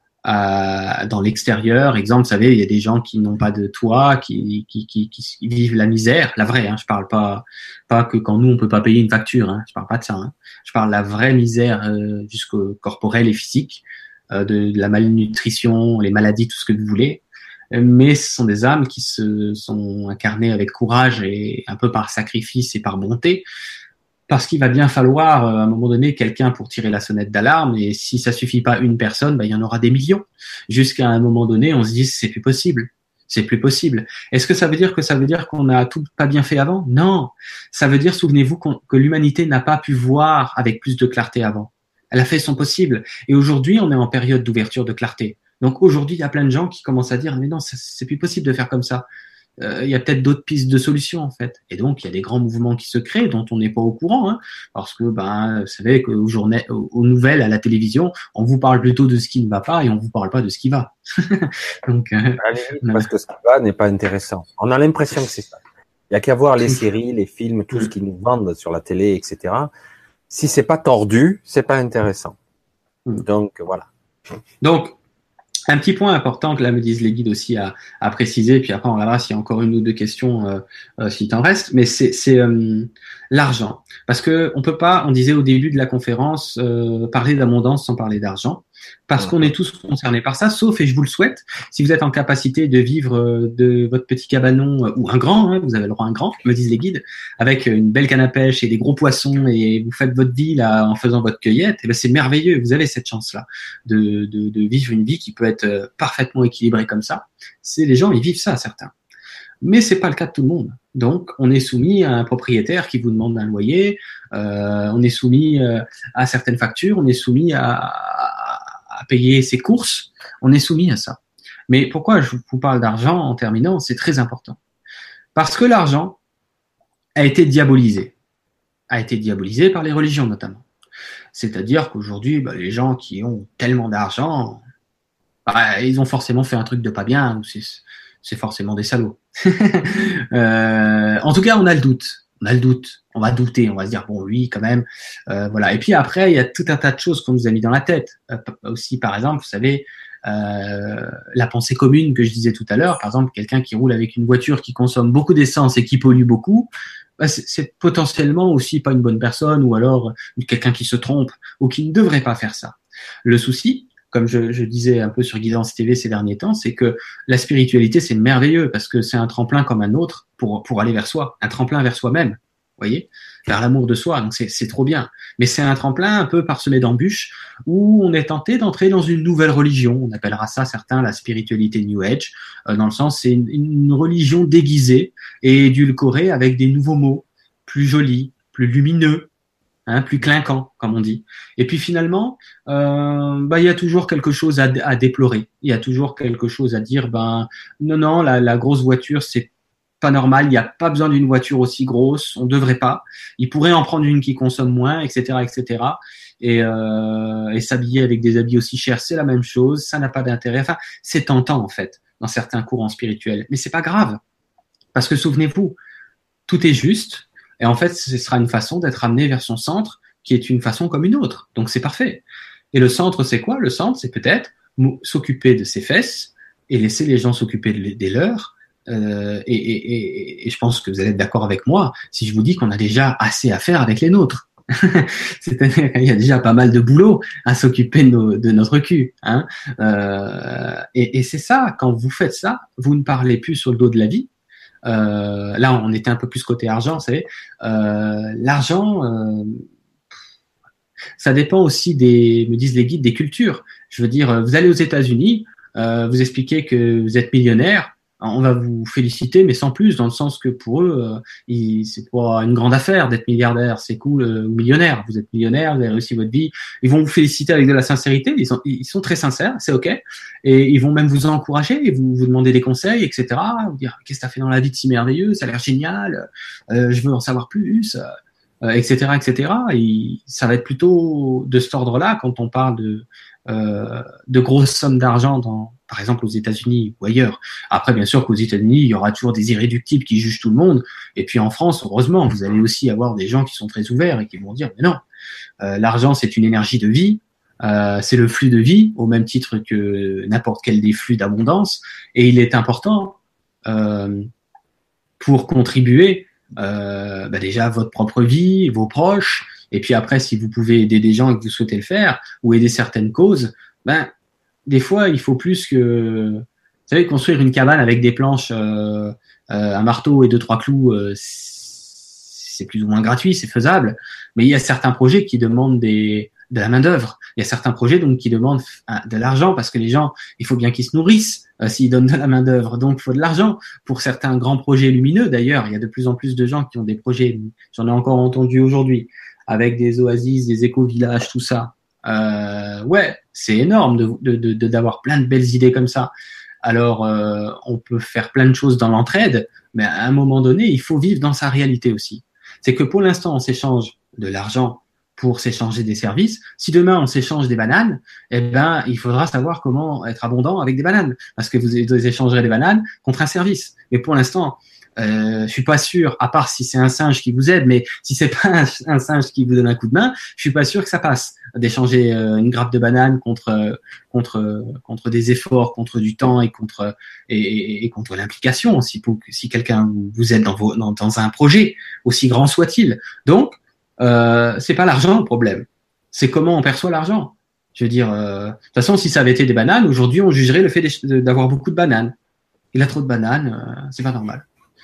dans l'extérieur. Exemple, vous savez, il y a des gens qui n'ont pas de toit, qui vivent la misère, la vraie. Hein, je parle pas que quand nous on peut pas payer une facture. Hein, je parle pas de ça. Hein, je parle de la vraie misère jusqu'au corporel et physique, de la malnutrition, les maladies, tout ce que vous voulez. Mais ce sont des âmes qui se sont incarnées avec courage et un peu par sacrifice et par bonté. Parce qu'il va bien falloir, à un moment donné, quelqu'un pour tirer la sonnette d'alarme. Et si ça suffit pas une personne, il y en aura des millions. Jusqu'à un moment donné, on se dit, c'est plus possible. C'est plus possible. Est-ce que ça veut dire qu'on a tout pas bien fait avant? Non. Ça veut dire, souvenez-vous, que l'humanité n'a pas pu voir avec plus de clarté avant. Elle a fait son possible. Et aujourd'hui, on est en période d'ouverture de clarté. Donc aujourd'hui, il y a plein de gens qui commencent à dire, mais non, c'est plus possible de faire comme ça. Il y a peut-être d'autres pistes de solutions en fait. Et donc il y a des grands mouvements qui se créent dont on n'est pas au courant, hein, parce que vous savez aux nouvelles, à la télévision, on vous parle plutôt de ce qui ne va pas et on vous parle pas de ce qui va. Donc parce que ce qui va n'est pas intéressant. On a l'impression que c'est ça. Il y a qu'à voir les séries, les films, tout ce qu'ils nous vendent sur la télé, etc. Si c'est pas tordu, c'est pas intéressant. Donc voilà. Donc un petit point important que là me disent les guides aussi à préciser, puis après on verra s'il y a encore une ou deux questions s'il t'en reste, mais c'est l'argent. Parce que on peut pas, on disait au début de la conférence, parler d'abondance sans parler d'argent, parce qu'on est tous concernés par ça, sauf, et je vous le souhaite, si vous êtes en capacité de vivre de votre petit cabanon, ou un grand, hein, vous avez le droit à un grand, me disent les guides, avec une belle canne à pêche et des gros poissons, et vous faites votre vie là en faisant votre cueillette, et ben c'est merveilleux, vous avez cette chance-là de vivre une vie qui peut être parfaitement équilibrée comme ça. C'est les gens, ils vivent ça, certains. Mais c'est pas le cas de tout le monde. Donc, on est soumis à un propriétaire qui vous demande un loyer, on est soumis à certaines factures, on est soumis à payer ses courses, on est soumis à ça. Mais pourquoi je vous parle d'argent en terminant? C'est très important. Parce que l'argent a été diabolisé par les religions notamment. C'est-à-dire qu'aujourd'hui, les gens qui ont tellement d'argent, ils ont forcément fait un truc de pas bien, ou c'est forcément des salauds. En tout cas, on a le doute. on va douter, on va se dire bon lui quand même, voilà. Et puis après il y a tout un tas de choses qu'on nous a mis dans la tête. Aussi par exemple, vous savez, la pensée commune que je disais tout à l'heure, par exemple quelqu'un qui roule avec une voiture qui consomme beaucoup d'essence et qui pollue beaucoup, c'est potentiellement aussi pas une bonne personne, ou alors quelqu'un qui se trompe ou qui ne devrait pas faire ça. Le souci, comme je disais un peu sur Guidance TV ces derniers temps, c'est que la spiritualité, c'est merveilleux parce que c'est un tremplin comme un autre pour aller vers soi, un tremplin vers soi-même, vous voyez, vers l'amour de soi. Donc c'est trop bien. Mais c'est un tremplin un peu parsemé d'embûches où on est tenté d'entrer dans une nouvelle religion. On appellera ça certains la spiritualité New Age, dans le sens c'est une religion déguisée et édulcorée avec des nouveaux mots plus jolis, plus lumineux, plus clinquant, comme on dit. Et puis finalement, il y a toujours quelque chose à déplorer. Il y a toujours quelque chose à dire. Non, la grosse voiture, c'est pas normal. Il n'y a pas besoin d'une voiture aussi grosse. On devrait pas. Il pourrait en prendre une qui consomme moins, etc., etc. Et s'habiller avec des habits aussi chers, c'est la même chose. Ça n'a pas d'intérêt. Enfin, c'est tentant en fait dans certains courants spirituels, mais c'est pas grave parce que souvenez-vous, tout est juste. Et en fait, ce sera une façon d'être amené vers son centre, qui est une façon comme une autre. Donc, c'est parfait. Et le centre, c'est quoi? Le centre, c'est peut-être s'occuper de ses fesses et laisser les gens s'occuper des leurs. Et je pense que vous allez être d'accord avec moi si je vous dis qu'on a déjà assez à faire avec les nôtres. C'est-à-dire qu'il y a déjà pas mal de boulot à s'occuper de notre cul. Et c'est ça, quand vous faites ça, vous ne parlez plus sur le dos de la vie. Là, on était un peu plus côté argent, vous savez. L'argent, ça dépend aussi me disent les guides, des cultures. Je veux dire, vous allez aux États-Unis, vous expliquez que vous êtes millionnaire, on va vous féliciter, mais sans plus, dans le sens que pour eux, c'est pas une grande affaire d'être milliardaire, c'est cool, ou millionnaire. Vous êtes millionnaire, vous avez réussi votre vie. Ils vont vous féliciter avec de la sincérité, ils sont très sincères, c'est ok. Et ils vont même vous encourager, et vous demander des conseils, etc. Vous dire qu'est-ce que t'as fait dans la vie de si merveilleux, ça a l'air génial, je veux en savoir plus, etc., etc. Et ça va être plutôt de cet ordre-là quand on parle de grosses sommes d'argent par exemple aux États-Unis ou ailleurs. Après, bien sûr qu'aux États-Unis, il y aura toujours des irréductibles qui jugent tout le monde. Et puis en France, heureusement, vous allez aussi avoir des gens qui sont très ouverts et qui vont dire, mais non, l'argent, c'est une énergie de vie, c'est le flux de vie, au même titre que n'importe quel des flux d'abondance. Et il est important pour contribuer déjà à votre propre vie, vos proches, et puis après, si vous pouvez aider des gens et que vous souhaitez le faire, ou aider certaines causes, des fois, il faut plus que... Vous savez, construire une cabane avec des planches, un marteau et 2-3 clous, c'est plus ou moins gratuit, c'est faisable. Mais il y a certains projets qui demandent de la main-d'œuvre. Il y a certains projets donc qui demandent de l'argent parce que les gens, il faut bien qu'ils se nourrissent s'ils donnent de la main-d'œuvre. Donc, il faut de l'argent. Pour certains grands projets lumineux, d'ailleurs, il y a de plus en plus de gens qui ont des projets, j'en ai encore entendu aujourd'hui, avec des oasis, des éco-villages, tout ça. Ouais, c'est énorme d'avoir plein de belles idées comme ça. Alors, on peut faire plein de choses dans l'entraide, mais à un moment donné, il faut vivre dans sa réalité aussi. C'est que pour l'instant, on s'échange de l'argent pour s'échanger des services. Si demain, on s'échange des bananes, il faudra savoir comment être abondant avec des bananes, parce que vous échangerez des bananes contre un service. Mais pour l'instant, je suis pas sûr, à part si c'est un singe qui vous aide, mais si c'est pas un singe qui vous donne un coup de main, je suis pas sûr que ça passe d'échanger une grappe de banane contre des efforts, contre du temps et contre l'implication. Si quelqu'un vous aide dans un projet aussi grand soit-il. Donc c'est pas l'argent le problème, c'est comment on perçoit l'argent. Je veux dire, de toute façon, si ça avait été des bananes, aujourd'hui on jugerait le fait d'avoir beaucoup de bananes. Il a trop de bananes, c'est pas normal.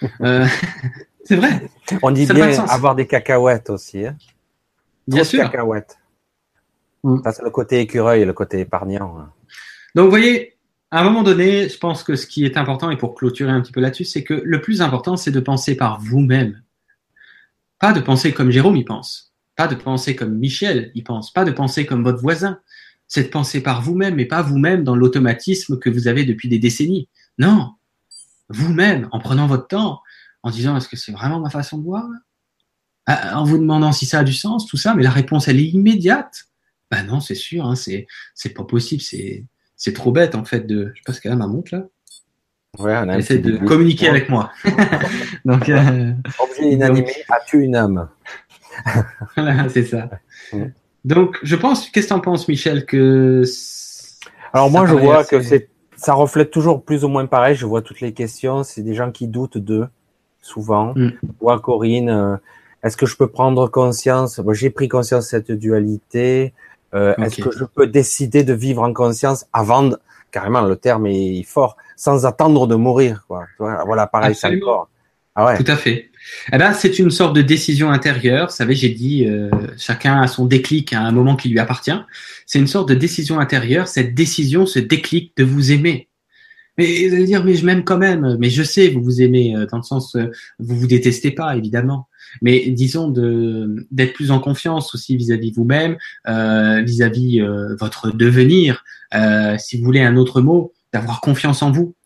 C'est vrai. On dit bien avoir des cacahuètes aussi. Hein. Bien sûr. Cacahuètes. Ça, c'est le côté écureuil et le côté épargnant. Hein. Donc, vous voyez, à un moment donné, je pense que ce qui est important, et pour clôturer un petit peu là-dessus, c'est que le plus important, c'est de penser par vous-même. Pas de penser comme Jérôme y pense. Pas de penser comme Michel y pense. Pas de penser comme votre voisin. C'est de penser par vous-même, mais pas vous-même dans l'automatisme que vous avez depuis des décennies. Non. Vous-même, en prenant votre temps, en disant est-ce que c'est vraiment ma façon de voir, en vous demandant si ça a du sens, tout ça, mais la réponse elle est immédiate. Non, c'est sûr, hein, c'est pas possible, c'est trop bête en fait de. Je sais pas ce qu'elle a ma montre là. Ouais, on a un Essaie petit de début. communiquer Ouais. avec moi. Donc, Objet inanimé, as-tu une âme? voilà, c'est ça. Mm. Donc, je pense, qu'est-ce que t'en penses, Michel, que Alors ça moi, je paraît vois que assez... ça reflète toujours plus ou moins pareil. Je vois toutes les questions. C'est des gens qui doutent d'eux, souvent. Hmm, Je vois Corinne, est-ce que je peux prendre conscience? Moi, j'ai pris conscience de cette dualité. Est-ce que ok. je peux décider de vivre en conscience carrément, le terme est fort, sans attendre de mourir, quoi. Tu vois, voilà, pareil, c'est Absolument. encore. Ah ouais. Tout à fait. Eh ben, c'est une sorte de décision intérieure. Vous savez, j'ai dit, chacun a son déclic à un moment qui lui appartient. C'est une sorte de décision intérieure. Cette décision, ce déclic de vous aimer. Mais vous allez dire, mais je m'aime quand même. Mais je sais, vous vous aimez dans le sens, vous vous détestez pas, évidemment. Mais disons d'être plus en confiance aussi vis-à-vis vous-même, vis-à-vis votre devenir. Si vous voulez un autre mot, d'avoir confiance en vous,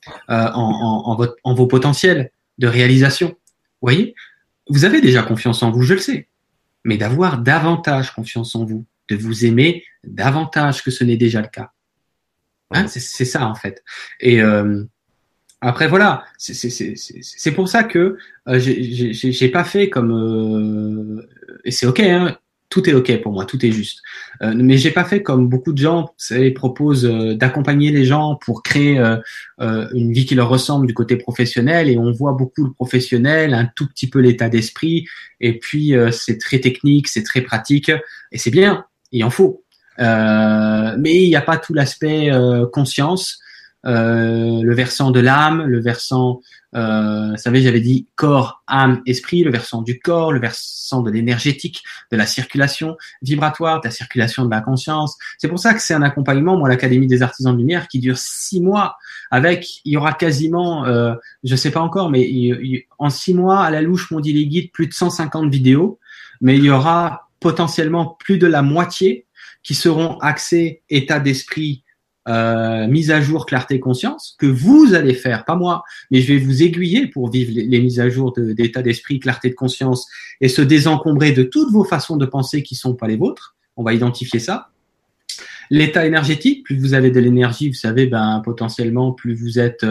en vos potentiels de réalisation. Vous voyez, vous avez déjà confiance en vous, je le sais, mais d'avoir davantage confiance en vous, de vous aimer davantage que ce n'est déjà le cas. Hein, Mhm. c'est ça en fait. Et après voilà, c'est pour ça que j'ai pas fait comme et c'est ok, hein, tout est ok pour moi, tout est juste. Mais j'ai pas fait comme beaucoup de gens, vous savez, proposent d'accompagner les gens pour créer une vie qui leur ressemble du côté professionnel, et on voit beaucoup le professionnel, un tout petit peu l'état d'esprit, et puis c'est très technique, c'est très pratique, et c'est bien, il en faut. Mais il n'y a pas tout l'aspect conscience, le versant de l'âme, le versant, vous savez, j'avais dit corps, âme, esprit, le versant du corps, le versant de l'énergétique, de la circulation vibratoire, de la circulation de la conscience. C'est pour ça que c'est un accompagnement, moi, l'Académie des Artisans de Lumière, qui dure 6 mois. Il y aura quasiment, je sais pas encore, mais en 6 mois, à la louche, m'ont dit les guides, plus de 150 vidéos, mais il y aura potentiellement plus de la moitié qui seront axés état d'esprit, mise à jour, clarté, conscience, que vous allez faire, pas moi, mais je vais vous aiguiller pour vivre les mises à jour d'état d'esprit, clarté de conscience, et se désencombrer de toutes vos façons de penser qui sont pas les vôtres. On va identifier ça. L'état énergétique, plus vous avez de l'énergie, vous savez, ben potentiellement plus vous êtes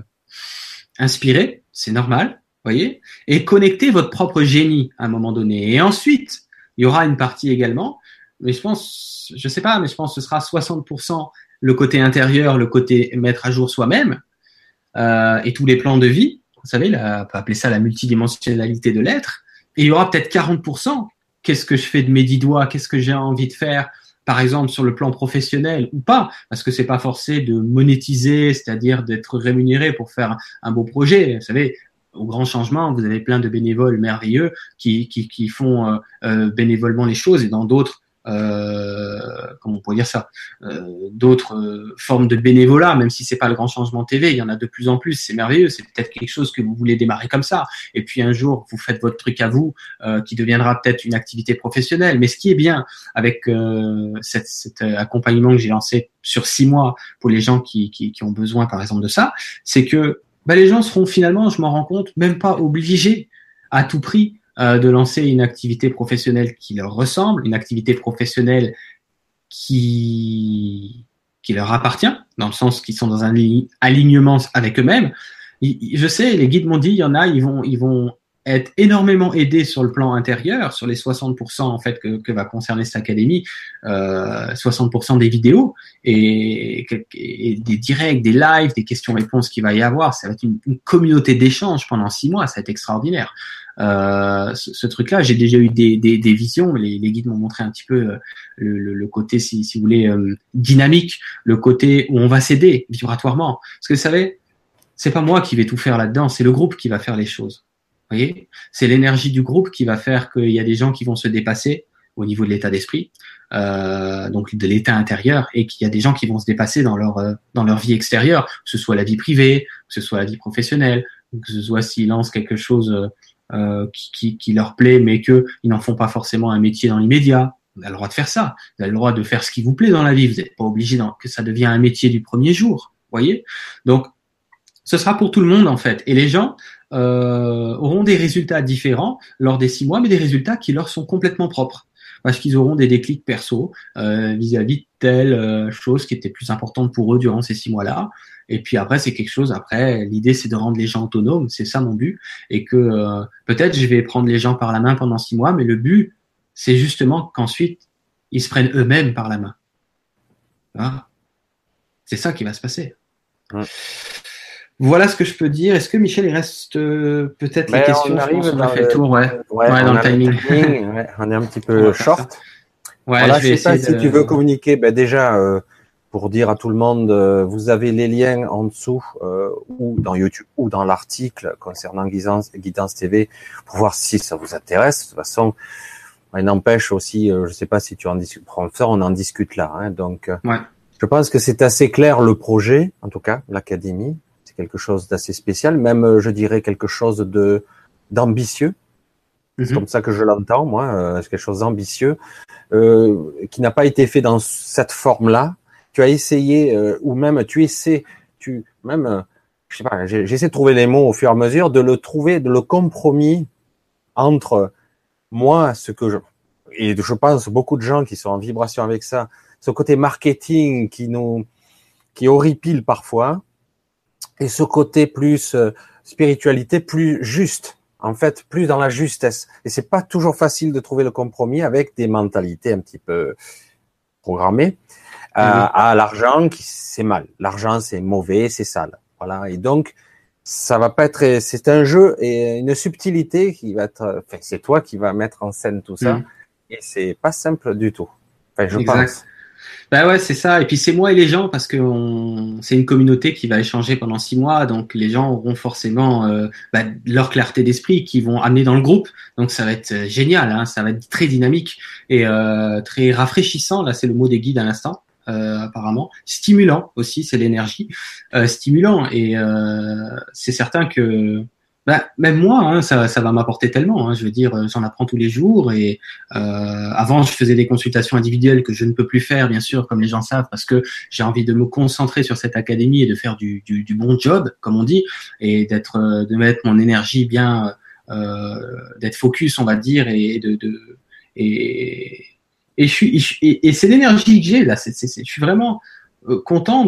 inspiré, c'est normal, voyez, et connecter votre propre génie à un moment donné. Et ensuite, il y aura une partie également, mais je pense, je sais pas, mais je pense que ce sera 60% le côté intérieur, le côté mettre à jour soi-même, et tous les plans de vie. Vous savez, on peut appeler ça la multidimensionnalité de l'être. Et il y aura peut-être 40%. Qu'est-ce que je fais de mes 10 doigts? Qu'est-ce que j'ai envie de faire? Par exemple, sur le plan professionnel ou pas, parce que c'est pas forcé de monétiser, c'est-à-dire d'être rémunéré pour faire un beau projet. Vous savez, au grand changement, vous avez plein de bénévoles merveilleux qui font bénévolement les choses, et dans d'autres, comment on pourrait dire ça, d'autres formes de bénévolat, même si c'est pas le grand changement TV, il y en a de plus en plus, c'est merveilleux, c'est peut-être quelque chose que vous voulez démarrer comme ça, et puis un jour vous faites votre truc à vous, qui deviendra peut-être une activité professionnelle. Mais ce qui est bien avec cet accompagnement que j'ai lancé sur 6 mois pour les gens qui ont besoin par exemple de ça, c'est que les gens seront finalement, je m'en rends compte, même pas obligés à tout prix de lancer une activité professionnelle qui leur ressemble, une activité professionnelle qui leur appartient, dans le sens qu'ils sont dans un alignement avec eux-mêmes. Je sais, les guides m'ont dit, il y en a, ils vont être énormément aidés sur le plan intérieur, sur les 60% en fait que va concerner cette académie, 60% des vidéos et des directs, des lives, des questions-réponses qu'il va y avoir. Ça va être une communauté d'échange pendant 6 mois, ça va être extraordinaire. Ce truc-là, j'ai déjà eu des visions. Les guides m'ont montré un petit peu le côté, si vous voulez, dynamique, le côté où on va s'aider vibratoirement. Parce que vous savez, c'est pas moi qui vais tout faire là-dedans, c'est le groupe qui va faire les choses. Vous voyez, c'est l'énergie du groupe qui va faire qu'il y a des gens qui vont se dépasser au niveau de l'état d'esprit, donc de l'état intérieur, et qu'il y a des gens qui vont se dépasser dans leur vie extérieure, que ce soit la vie privée, que ce soit la vie professionnelle, que ce soit s'ils lancent quelque chose qui leur plaît, mais qu'ils n'en font pas forcément un métier dans l'immédiat. Vous avez le droit de faire ça. Vous avez le droit de faire ce qui vous plaît dans la vie. Vous n'êtes pas obligé que ça devienne un métier du premier jour. Vous voyez? Donc, ce sera pour tout le monde, en fait. Et les gens auront des résultats différents lors des 6 mois, mais des résultats qui leur sont complètement propres. parce qu'ils auront des déclics perso vis-à-vis de telle chose qui était plus importante pour eux durant ces 6 mois-là. Et puis après, c'est quelque chose. Après, l'idée, c'est de rendre les gens autonomes. C'est ça mon but. Et que peut-être je vais prendre les gens par la main pendant 6 mois, mais le but, c'est justement qu'ensuite, ils se prennent eux-mêmes par la main. Voilà. C'est ça qui va se passer. Ouais. Voilà ce que je peux dire. Est-ce que Michel, il reste peut-être les questions? On arrive on a fait le tour, ouais, dans le timing. Ouais, on est un petit peu short. Ouais, voilà, je vais sais pas essayer si tu veux communiquer. Déjà, pour dire à tout le monde, vous avez les liens en dessous ou dans YouTube ou dans l'article concernant Guidance TV pour voir si ça vous intéresse. De toute façon, il n'empêche aussi, je sais pas si tu en discutes. On en discute là. Hein, donc, je pense que c'est assez clair le projet, en tout cas, l'académie. C'est quelque chose d'assez spécial, même je dirais quelque chose d'ambitieux. C'est comme ça que je l'entends, moi. C'est quelque chose d'ambitieux qui n'a pas été fait dans cette forme-là. Tu as essayé, ou même tu essaies, je sais pas, j'essaie de trouver les mots au fur et à mesure, de le compromis entre moi, et je pense beaucoup de gens qui sont en vibration avec ça, ce côté marketing qui horripile parfois, et ce côté plus spiritualité, plus juste, en fait, plus dans la justesse. Et c'est pas toujours facile de trouver le compromis avec des mentalités un petit peu programmées. À l'argent, c'est mal. L'argent, c'est mauvais, c'est sale. Voilà. Et donc, ça va pas être, c'est un jeu et une subtilité qui va être, enfin, c'est toi qui va mettre en scène tout ça. Et c'est pas simple du tout. Enfin, je pense. Bah ouais, c'est ça. Et puis c'est moi et les gens parce que c'est une communauté qui va échanger pendant 6 mois, donc les gens auront forcément leur clarté d'esprit qui vont amener dans le groupe. Donc ça va être génial, hein, ça va être très dynamique et très rafraîchissant. Là, c'est le mot des guides à l'instant. Apparemment stimulant aussi, c'est l'énergie stimulant et c'est certain que même moi, hein, ça va m'apporter tellement. Hein, je veux dire, j'en apprends tous les jours. Et avant, je faisais des consultations individuelles que je ne peux plus faire, bien sûr, comme les gens savent, parce que j'ai envie de me concentrer sur cette académie et de faire du bon job, comme on dit, et de mettre mon énergie bien, d'être focus, on va dire, et c'est l'énergie que j'ai là. Je suis vraiment content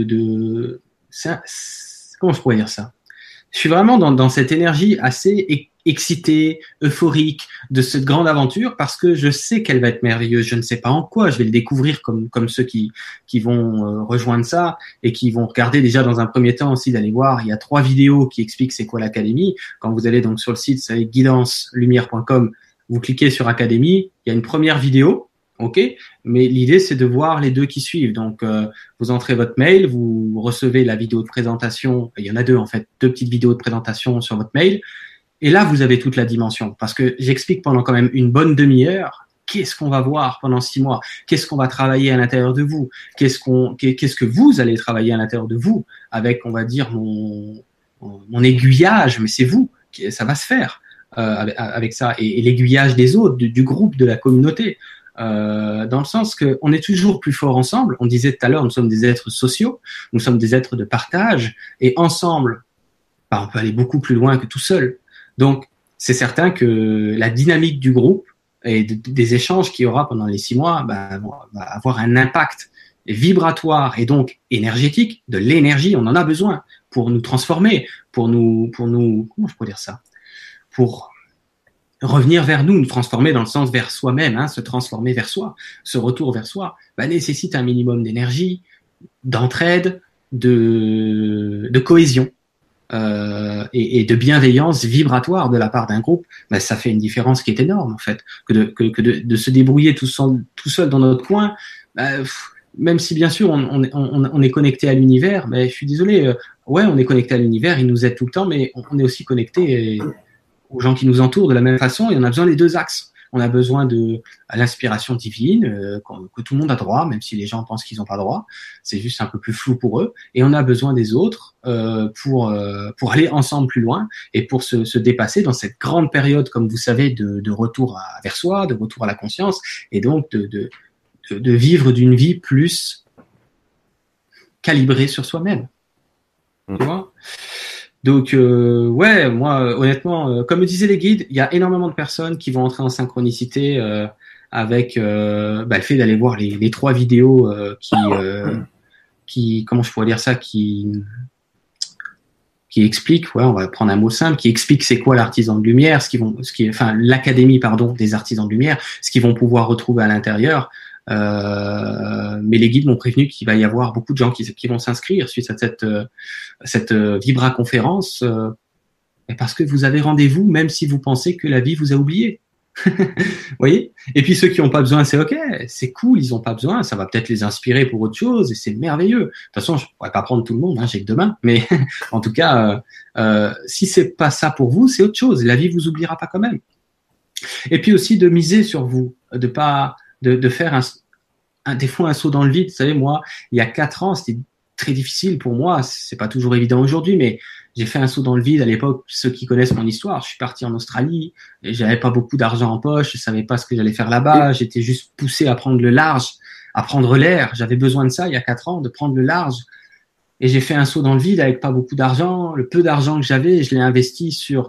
comment je pourrais dire ça? Je suis vraiment dans cette énergie assez excitée, euphorique de cette grande aventure parce que je sais qu'elle va être merveilleuse. Je ne sais pas en quoi. Je vais le découvrir comme ceux qui vont rejoindre ça et qui vont regarder déjà dans un premier temps aussi d'aller voir. Il y a 3 vidéos qui expliquent c'est quoi l'académie. Quand vous allez donc sur le site, c'est guidancelumière.com, vous cliquez sur académie. Il y a une première vidéo. Ok, mais l'idée c'est de voir les 2 qui suivent. Donc vous entrez votre mail, vous recevez la vidéo de présentation. Il y en a 2 en fait, 2 petites vidéos de présentation sur votre mail. Et là vous avez toute la dimension parce que j'explique pendant quand même une bonne demi-heure qu'est-ce qu'on va voir pendant 6 mois, qu'est-ce qu'on va travailler à l'intérieur de vous, qu'est-ce que vous allez travailler à l'intérieur de vous avec, on va dire, mon aiguillage, mais c'est vous, ça va se faire avec ça et l'aiguillage des autres, du groupe, de la communauté. Dans le sens que on est toujours plus fort ensemble. On disait tout à l'heure, nous sommes des êtres sociaux, nous sommes des êtres de partage, et ensemble, on peut aller beaucoup plus loin que tout seul. Donc, c'est certain que la dynamique du groupe et des échanges qu'il y aura pendant les 6 mois va avoir un impact vibratoire et donc énergétique, de l'énergie. On en a besoin pour nous transformer, pour nous, comment je pourrais dire ça, pour revenir vers nous transformer dans le sens vers soi-même, hein, se transformer vers soi, ce retour vers soi, nécessite un minimum d'énergie, d'entraide, de cohésion et de bienveillance vibratoire de la part d'un groupe. Ça fait une différence qui est énorme en fait, que de se débrouiller tout seul dans notre coin. Même si bien sûr on est connecté à l'univers, mais je suis désolé, on est connecté à l'univers, il nous aide tout le temps, mais on est aussi connecté aux gens qui nous entourent de la même façon, et on a besoin des 2 axes. On a besoin de l'inspiration divine, que tout le monde a droit, même si les gens pensent qu'ils n'ont pas droit. C'est juste un peu plus flou pour eux. Et on a besoin des autres pour aller ensemble plus loin et pour se dépasser dans cette grande période, comme vous savez, de retour vers soi, de retour à la conscience, et donc de vivre d'une vie plus calibrée sur soi-même. Tu vois ? Donc, moi, honnêtement, comme me disaient les guides, il y a énormément de personnes qui vont entrer en synchronicité avec le fait d'aller voir les 3 vidéos qui comment je pourrais dire ça, qui explique, on va prendre un mot simple, qui explique c'est quoi l'artisan de lumière, l'académie, des artisans de lumière, ce qu'ils vont pouvoir retrouver à l'intérieur. Mais les guides m'ont prévenu qu'il va y avoir beaucoup de gens qui vont s'inscrire suite à cette Vibra conférence, parce que vous avez rendez-vous, même si vous pensez que la vie vous a oublié. Vous voyez? Et puis ceux qui n'ont pas besoin, c'est ok, c'est cool, ils n'ont pas besoin, ça va peut-être les inspirer pour autre chose et c'est merveilleux. De toute façon, je pourrais pas prendre tout le monde, j'ai que 2 mains, mais en tout cas, si c'est pas ça pour vous, c'est autre chose. La vie vous oubliera pas quand même. Et puis aussi de miser sur vous, de faire des fois un saut dans le vide. Vous savez, moi, il y a 4 ans, c'était très difficile pour moi. C'est pas toujours évident aujourd'hui, mais j'ai fait un saut dans le vide à l'époque. Ceux qui connaissent mon histoire, je suis parti en Australie et j'avais pas beaucoup d'argent en poche. Je savais pas ce que j'allais faire là-bas. J'étais juste poussé à prendre le large, à prendre l'air. J'avais besoin de ça il y a 4 ans, de prendre le large. Et j'ai fait un saut dans le vide avec pas beaucoup d'argent. Le peu d'argent que j'avais, je l'ai investi sur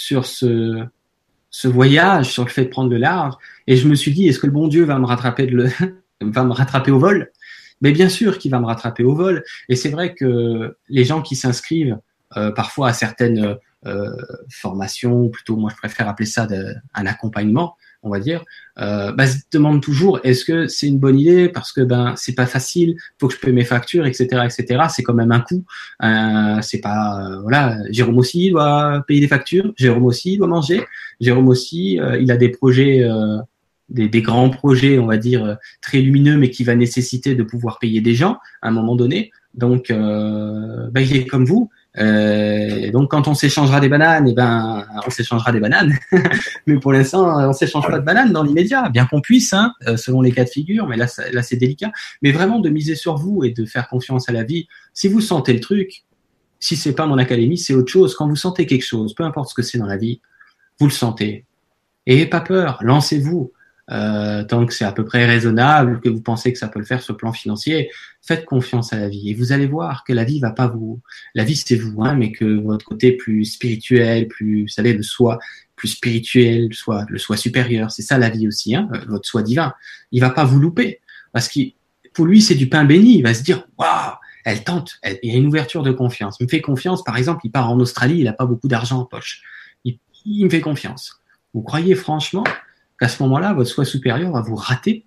ce voyage, sur le fait de prendre le large. Et je me suis dit, est-ce que le bon Dieu va me rattraper va me rattraper au vol? Mais bien sûr qu'il va me rattraper au vol. Et c'est vrai que les gens qui s'inscrivent parfois à certaines formations, plutôt moi je préfère appeler ça un accompagnement, on va dire, se demandent toujours est-ce que c'est une bonne idée parce que c'est pas facile, faut que je paye mes factures, etc., etc. C'est quand même un coût. C'est pas voilà. Jérôme aussi doit payer des factures. Jérôme aussi doit manger. Jérôme aussi, il a des projets. Des grands projets, on va dire, très lumineux, mais qui va nécessiter de pouvoir payer des gens à un moment donné. Donc, il est comme vous. Donc, quand on s'échangera des bananes, on s'échangera des bananes. Mais pour l'instant, on s'échange pas de bananes dans l'immédiat, bien qu'on puisse, selon les cas de figure. Mais là, c'est délicat. Mais vraiment de miser sur vous et de faire confiance à la vie. Si vous sentez le truc, si c'est pas mon académie, c'est autre chose. Quand vous sentez quelque chose, peu importe ce que c'est dans la vie, vous le sentez. Et n'ayez pas peur, lancez-vous. Tant que c'est à peu près raisonnable, que vous pensez que ça peut le faire sur le plan financier, faites confiance à la vie et vous allez voir que la vie va pas vous, la vie c'est vous, mais que votre côté plus spirituel, plus, vous savez, le soi plus spirituel, le soi supérieur, c'est ça la vie aussi, votre soi divin, il va pas vous louper parce que pour lui c'est du pain béni, il va se dire waouh, elle tente, il y a une ouverture de confiance, il me fait confiance, par exemple, il part en Australie, il a pas beaucoup d'argent en poche, il me fait confiance. Vous croyez franchement qu'à ce moment-là, votre soi supérieur va vous rater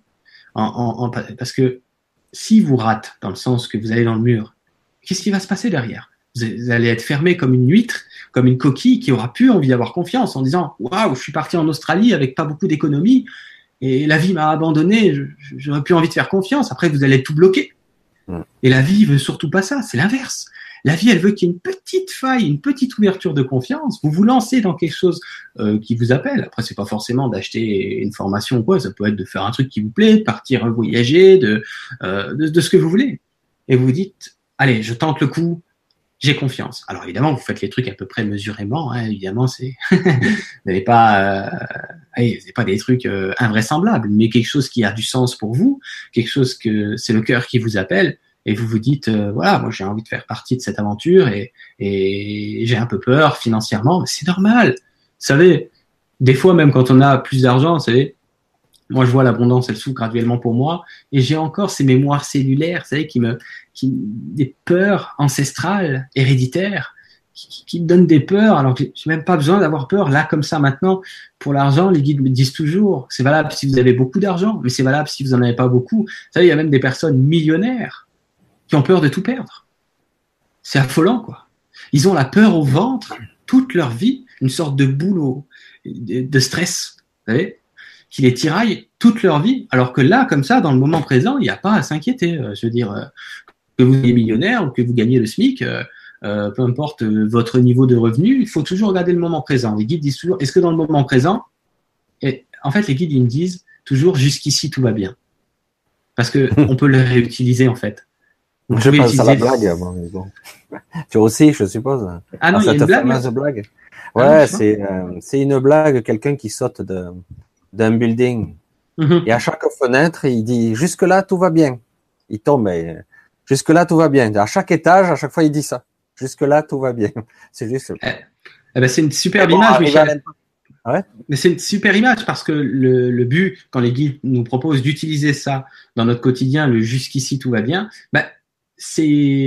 parce que si vous rate dans le sens que vous allez dans le mur, qu'est-ce qui va se passer derrière? Vous allez être fermé comme une huître, comme une coquille qui aura plus envie d'avoir confiance en disant « Waouh, je suis parti en Australie avec pas beaucoup d'économies et la vie m'a abandonné, j'aurais plus envie de faire confiance. » Après, vous allez être tout bloqué. Et la vie veut surtout pas ça, c'est l'inverse. La vie, elle veut qu'il y ait une petite faille, une petite ouverture de confiance. Vous vous lancez dans quelque chose qui vous appelle. Après, c'est pas forcément d'acheter une formation ou quoi. Ça peut être de faire un truc qui vous plaît, de partir voyager, de ce que vous voulez. Et vous vous dites, allez, je tente le coup, j'ai confiance. Alors évidemment, vous faites les trucs à peu près mesurément. Évidemment, c'est vous n'avez pas des trucs invraisemblables, mais quelque chose qui a du sens pour vous, quelque chose que c'est le cœur qui vous appelle. Et vous vous dites, voilà, moi j'ai envie de faire partie de cette aventure et j'ai un peu peur financièrement, mais c'est normal. Vous savez, des fois même quand on a plus d'argent, vous savez, moi je vois l'abondance, elle s'ouvre graduellement pour moi et j'ai encore ces mémoires cellulaires, vous savez, des peurs ancestrales, héréditaires, qui me donnent des peurs alors que j'ai même pas besoin d'avoir peur. Là, comme ça, maintenant, pour l'argent, les guides me disent toujours, c'est valable si vous avez beaucoup d'argent, mais c'est valable si vous en avez pas beaucoup. Vous savez, il y a même des personnes millionnaires qui ont peur de tout perdre. C'est affolant, quoi. Ils ont la peur au ventre toute leur vie, une sorte de boule de stress, vous savez, qui les tiraille toute leur vie, alors que là, comme ça, dans le moment présent, il n'y a pas à s'inquiéter. Je veux dire, que vous soyez millionnaire ou que vous gagnez le SMIC, peu importe votre niveau de revenu, il faut toujours regarder le moment présent. Les guides disent toujours, est-ce que dans le moment présent, et en fait, les guides, ils me disent toujours, jusqu'ici, tout va bien. Parce que on peut le réutiliser, en fait. Je pense à la blague. Bon. Tu aussi, je suppose. Ah non, il y a une blague. Ouais, c'est une blague, quelqu'un qui saute d'un building. Mm-hmm. Et à chaque fenêtre, il dit, jusque-là, tout va bien. Il tombe, et jusque-là, tout va bien. À chaque étage, à chaque fois, il dit ça. Jusque-là, tout va bien. C'est juste. C'est une superbe image, Michel. Ouais. Mais c'est une super image parce que le but, quand les guides nous proposent d'utiliser ça dans notre quotidien, le jusqu'ici tout va bien, bah, c'est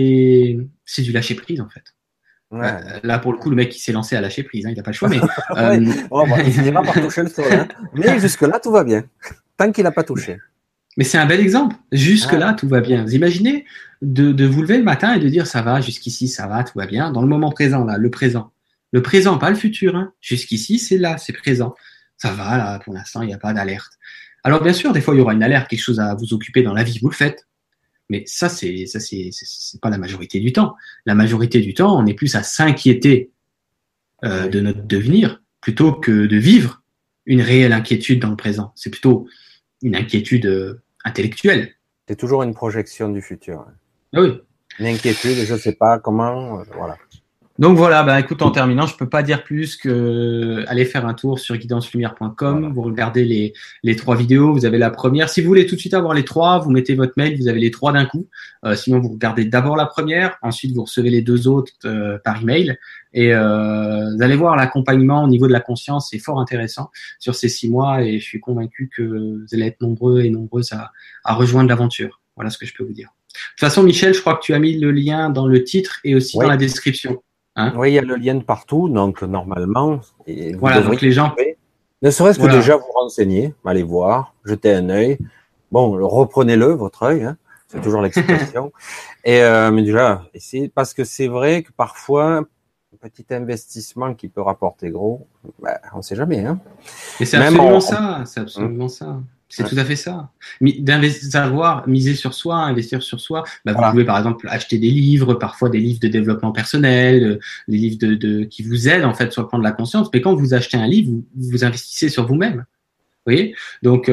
du lâcher prise en fait. Ouais. Là pour le coup, le mec il s'est lancé à lâcher prise, hein, il n'a pas le choix, mais Ouais. Oh, bah, il finira par toucher le sol, hein. Mais jusque-là, tout va bien. Tant qu'il n'a pas touché. mais c'est un bel exemple. Jusque Ouais. là, tout va bien. Vous imaginez de vous lever le matin et de dire ça va, jusqu'ici ça va, tout va bien, dans le moment présent là, le présent. Le présent, pas le futur. Hein. Jusqu'ici, c'est là, c'est présent. Ça va, là, pour l'instant, il n'y a pas d'alerte. Alors, bien sûr, des fois, il y aura une alerte, quelque chose à vous occuper dans la vie, vous le faites. Mais ça, c'est pas la majorité du temps. La majorité du temps, on est plus à s'inquiéter de notre devenir plutôt que de vivre une réelle inquiétude dans le présent. C'est plutôt une inquiétude intellectuelle. C'est toujours une projection du futur. Ah oui. Une inquiétude, je ne sais pas comment, voilà. Donc voilà, bah écoute, en terminant, je peux pas dire plus que aller faire un tour sur guidancelumière.com. Voilà. Vous regardez les 3 vidéos. Vous avez la première. Si vous voulez tout de suite avoir les 3, vous mettez votre mail. Vous avez les 3 d'un coup. Sinon, vous regardez d'abord la première. Ensuite, vous recevez les 2 autres par email. Et vous allez voir l'accompagnement au niveau de la conscience. C'est fort intéressant sur ces 6 mois. Et je suis convaincu que vous allez être nombreux et nombreuses à rejoindre l'aventure. Voilà ce que je peux vous dire. De toute façon, Michel, je crois que tu as mis le lien dans le titre et aussi dans la description. Hein, oui, il y a le lien de partout, donc normalement, voilà, donc les gens, ne serait-ce que déjà vous renseigner, allez voir, jetez un œil. Bon, reprenez-le votre œil, hein, c'est toujours l'expression. Et mais déjà, parce que c'est vrai que parfois, un petit investissement qui peut rapporter gros, bah, on ne sait jamais. Hein. Et c'est absolument ça, c'est absolument ça. C'est tout à fait ça. Savoir miser sur soi, investir sur soi. Bah, vous pouvez par exemple acheter des livres, parfois des livres de développement personnel, des livres qui vous aident en fait sur le plan de la conscience. Mais quand vous achetez un livre, vous investissez sur vous-même. Vous voyez. Donc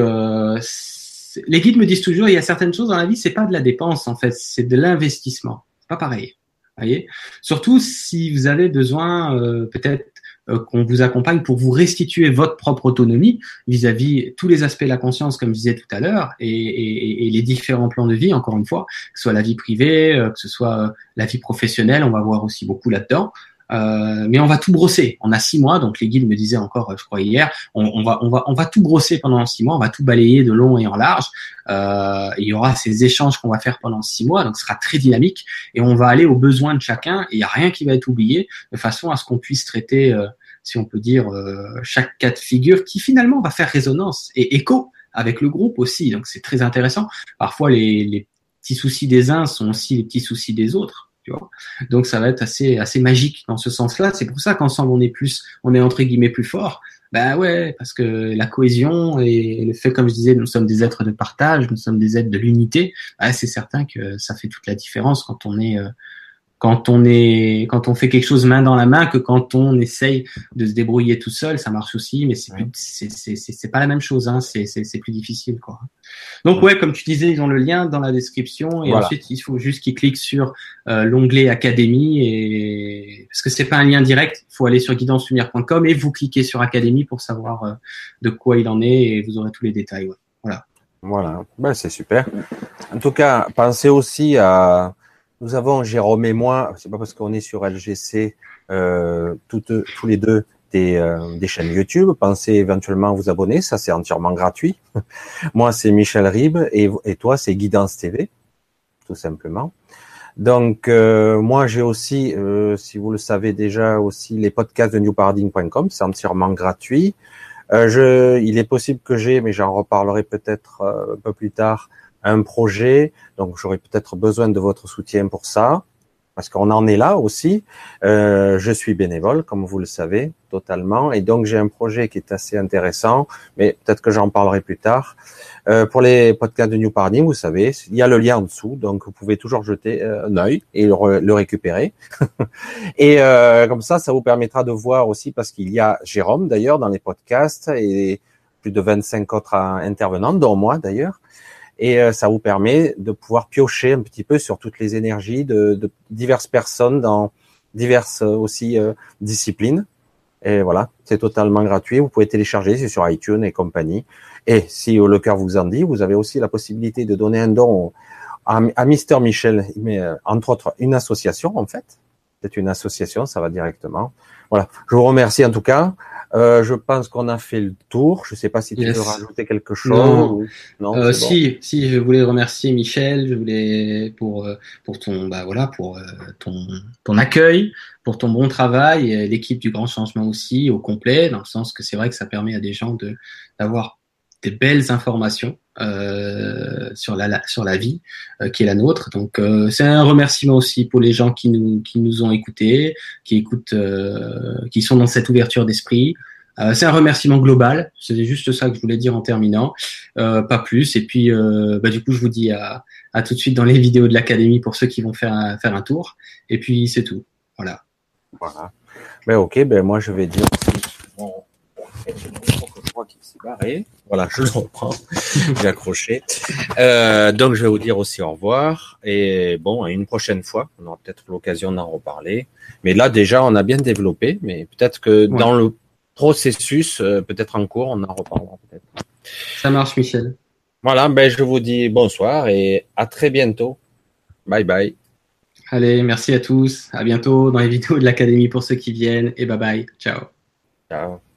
les guides me disent toujours, il y a certaines choses dans la vie, c'est pas de la dépense en fait, c'est de l'investissement. C'est pas pareil. Vous voyez. Surtout si vous avez besoin peut-être qu'on vous accompagne pour vous restituer votre propre autonomie vis-à-vis tous les aspects de la conscience, comme je disais tout à l'heure, et les différents plans de vie, encore une fois, que ce soit la vie privée, que ce soit la vie professionnelle, on va voir aussi beaucoup là-dedans. Mais on va tout brosser. On a 6 mois, donc les guides me disaient encore, je crois hier, on va tout brosser pendant 6 mois, on va tout balayer de long et en large. Il y aura ces échanges qu'on va faire pendant 6 mois, donc ce sera très dynamique et on va aller aux besoins de chacun. Et il n'y a rien qui va être oublié, de façon à ce qu'on puisse traiter, si on peut dire, chaque cas de figure qui finalement va faire résonance et écho avec le groupe aussi. Donc c'est très intéressant. Parfois les petits soucis des uns sont aussi les petits soucis des autres. Tu vois. Donc ça va être assez magique dans ce sens-là. C'est pour ça qu'ensemble on est entre guillemets plus fort. Ben ouais, parce que la cohésion et le fait, comme je disais, nous sommes des êtres de partage, nous sommes des êtres de l'unité. Ben, c'est certain que ça fait toute la différence quand on fait quelque chose main dans la main que quand on essaye de se débrouiller tout seul. Ça marche aussi, mais c'est pas la même chose. Hein. C'est plus difficile, quoi. Donc ouais, comme tu disais, ils ont le lien dans la description et ensuite il faut juste qu'ils cliquent sur l'onglet Académie et parce que c'est pas un lien direct, il faut aller sur guidancelumière.com et vous cliquez sur Académie pour savoir de quoi il en est et vous aurez tous les détails. Ouais. Voilà. Ben, c'est super. En tout cas, pensez aussi à nous avons Jérôme et moi, c'est pas parce qu'on est sur LGC tous les deux des chaînes YouTube. Pensez éventuellement à vous abonner, ça c'est entièrement gratuit. Moi c'est Michel Ribes et toi c'est Guidance TV, tout simplement. Donc moi j'ai aussi, si vous le savez déjà, aussi les podcasts de newparadigm.com, c'est entièrement gratuit. Il est possible que mais j'en reparlerai peut-être un peu plus tard, un projet, donc j'aurai peut-être besoin de votre soutien pour ça. Parce qu'on en est là aussi. Je suis bénévole, comme vous le savez, totalement. Et donc, j'ai un projet qui est assez intéressant, mais peut-être que j'en parlerai plus tard. Pour les podcasts de New Paradigm, vous savez, il y a le lien en dessous, donc vous pouvez toujours jeter un œil et le récupérer. Et comme ça vous permettra de voir aussi, parce qu'il y a Jérôme, d'ailleurs, dans les podcasts, et plus de 25 autres intervenants, dont moi, d'ailleurs. Et ça vous permet de pouvoir piocher un petit peu sur toutes les énergies de diverses personnes dans diverses aussi disciplines. Et voilà, c'est totalement gratuit. Vous pouvez télécharger, c'est sur iTunes et compagnie. Et si le cœur vous en dit, vous avez aussi la possibilité de donner un don à Mister Michel, mais entre autres une association en fait. C'est une association, ça va directement. Voilà, je vous remercie en tout cas. Je pense qu'on a fait le tour. Je sais pas si tu Yes. veux rajouter quelque chose. Non. Non, c'est bon. Si, je voulais remercier Michel, je voulais pour ton ton accueil, pour ton bon travail, et l'équipe du Grand Changement aussi au complet, dans le sens que c'est vrai que ça permet à des gens d'avoir des belles informations sur la vie qui est la nôtre. Donc c'est un remerciement aussi pour les gens qui nous ont écoutés, qui écoutent, qui sont dans cette ouverture d'esprit. C'est un remerciement global, c'est juste ça que je voulais dire en terminant, pas plus. Et puis, du coup, je vous dis à tout de suite dans les vidéos de l'académie pour ceux qui vont faire un tour. Et puis, c'est tout. Voilà. Voilà. Ben ok, ben moi je vais dire aussi. Bon, je crois qu'il s'est barré. Voilà, je le reprends. J'ai accroché. Donc je vais vous dire aussi au revoir. Et bon, à une prochaine fois, on aura peut-être l'occasion d'en reparler. Mais là déjà, on a bien développé. Mais peut-être que Ouais. dans le processus, peut-être en cours, on en reparlera peut-être. Ça marche, Michel. Voilà, ben je vous dis bonsoir et à très bientôt. Bye bye. Allez, merci à tous. À bientôt dans les vidéos de l'académie pour ceux qui viennent. Et bye bye. Ciao. Ciao.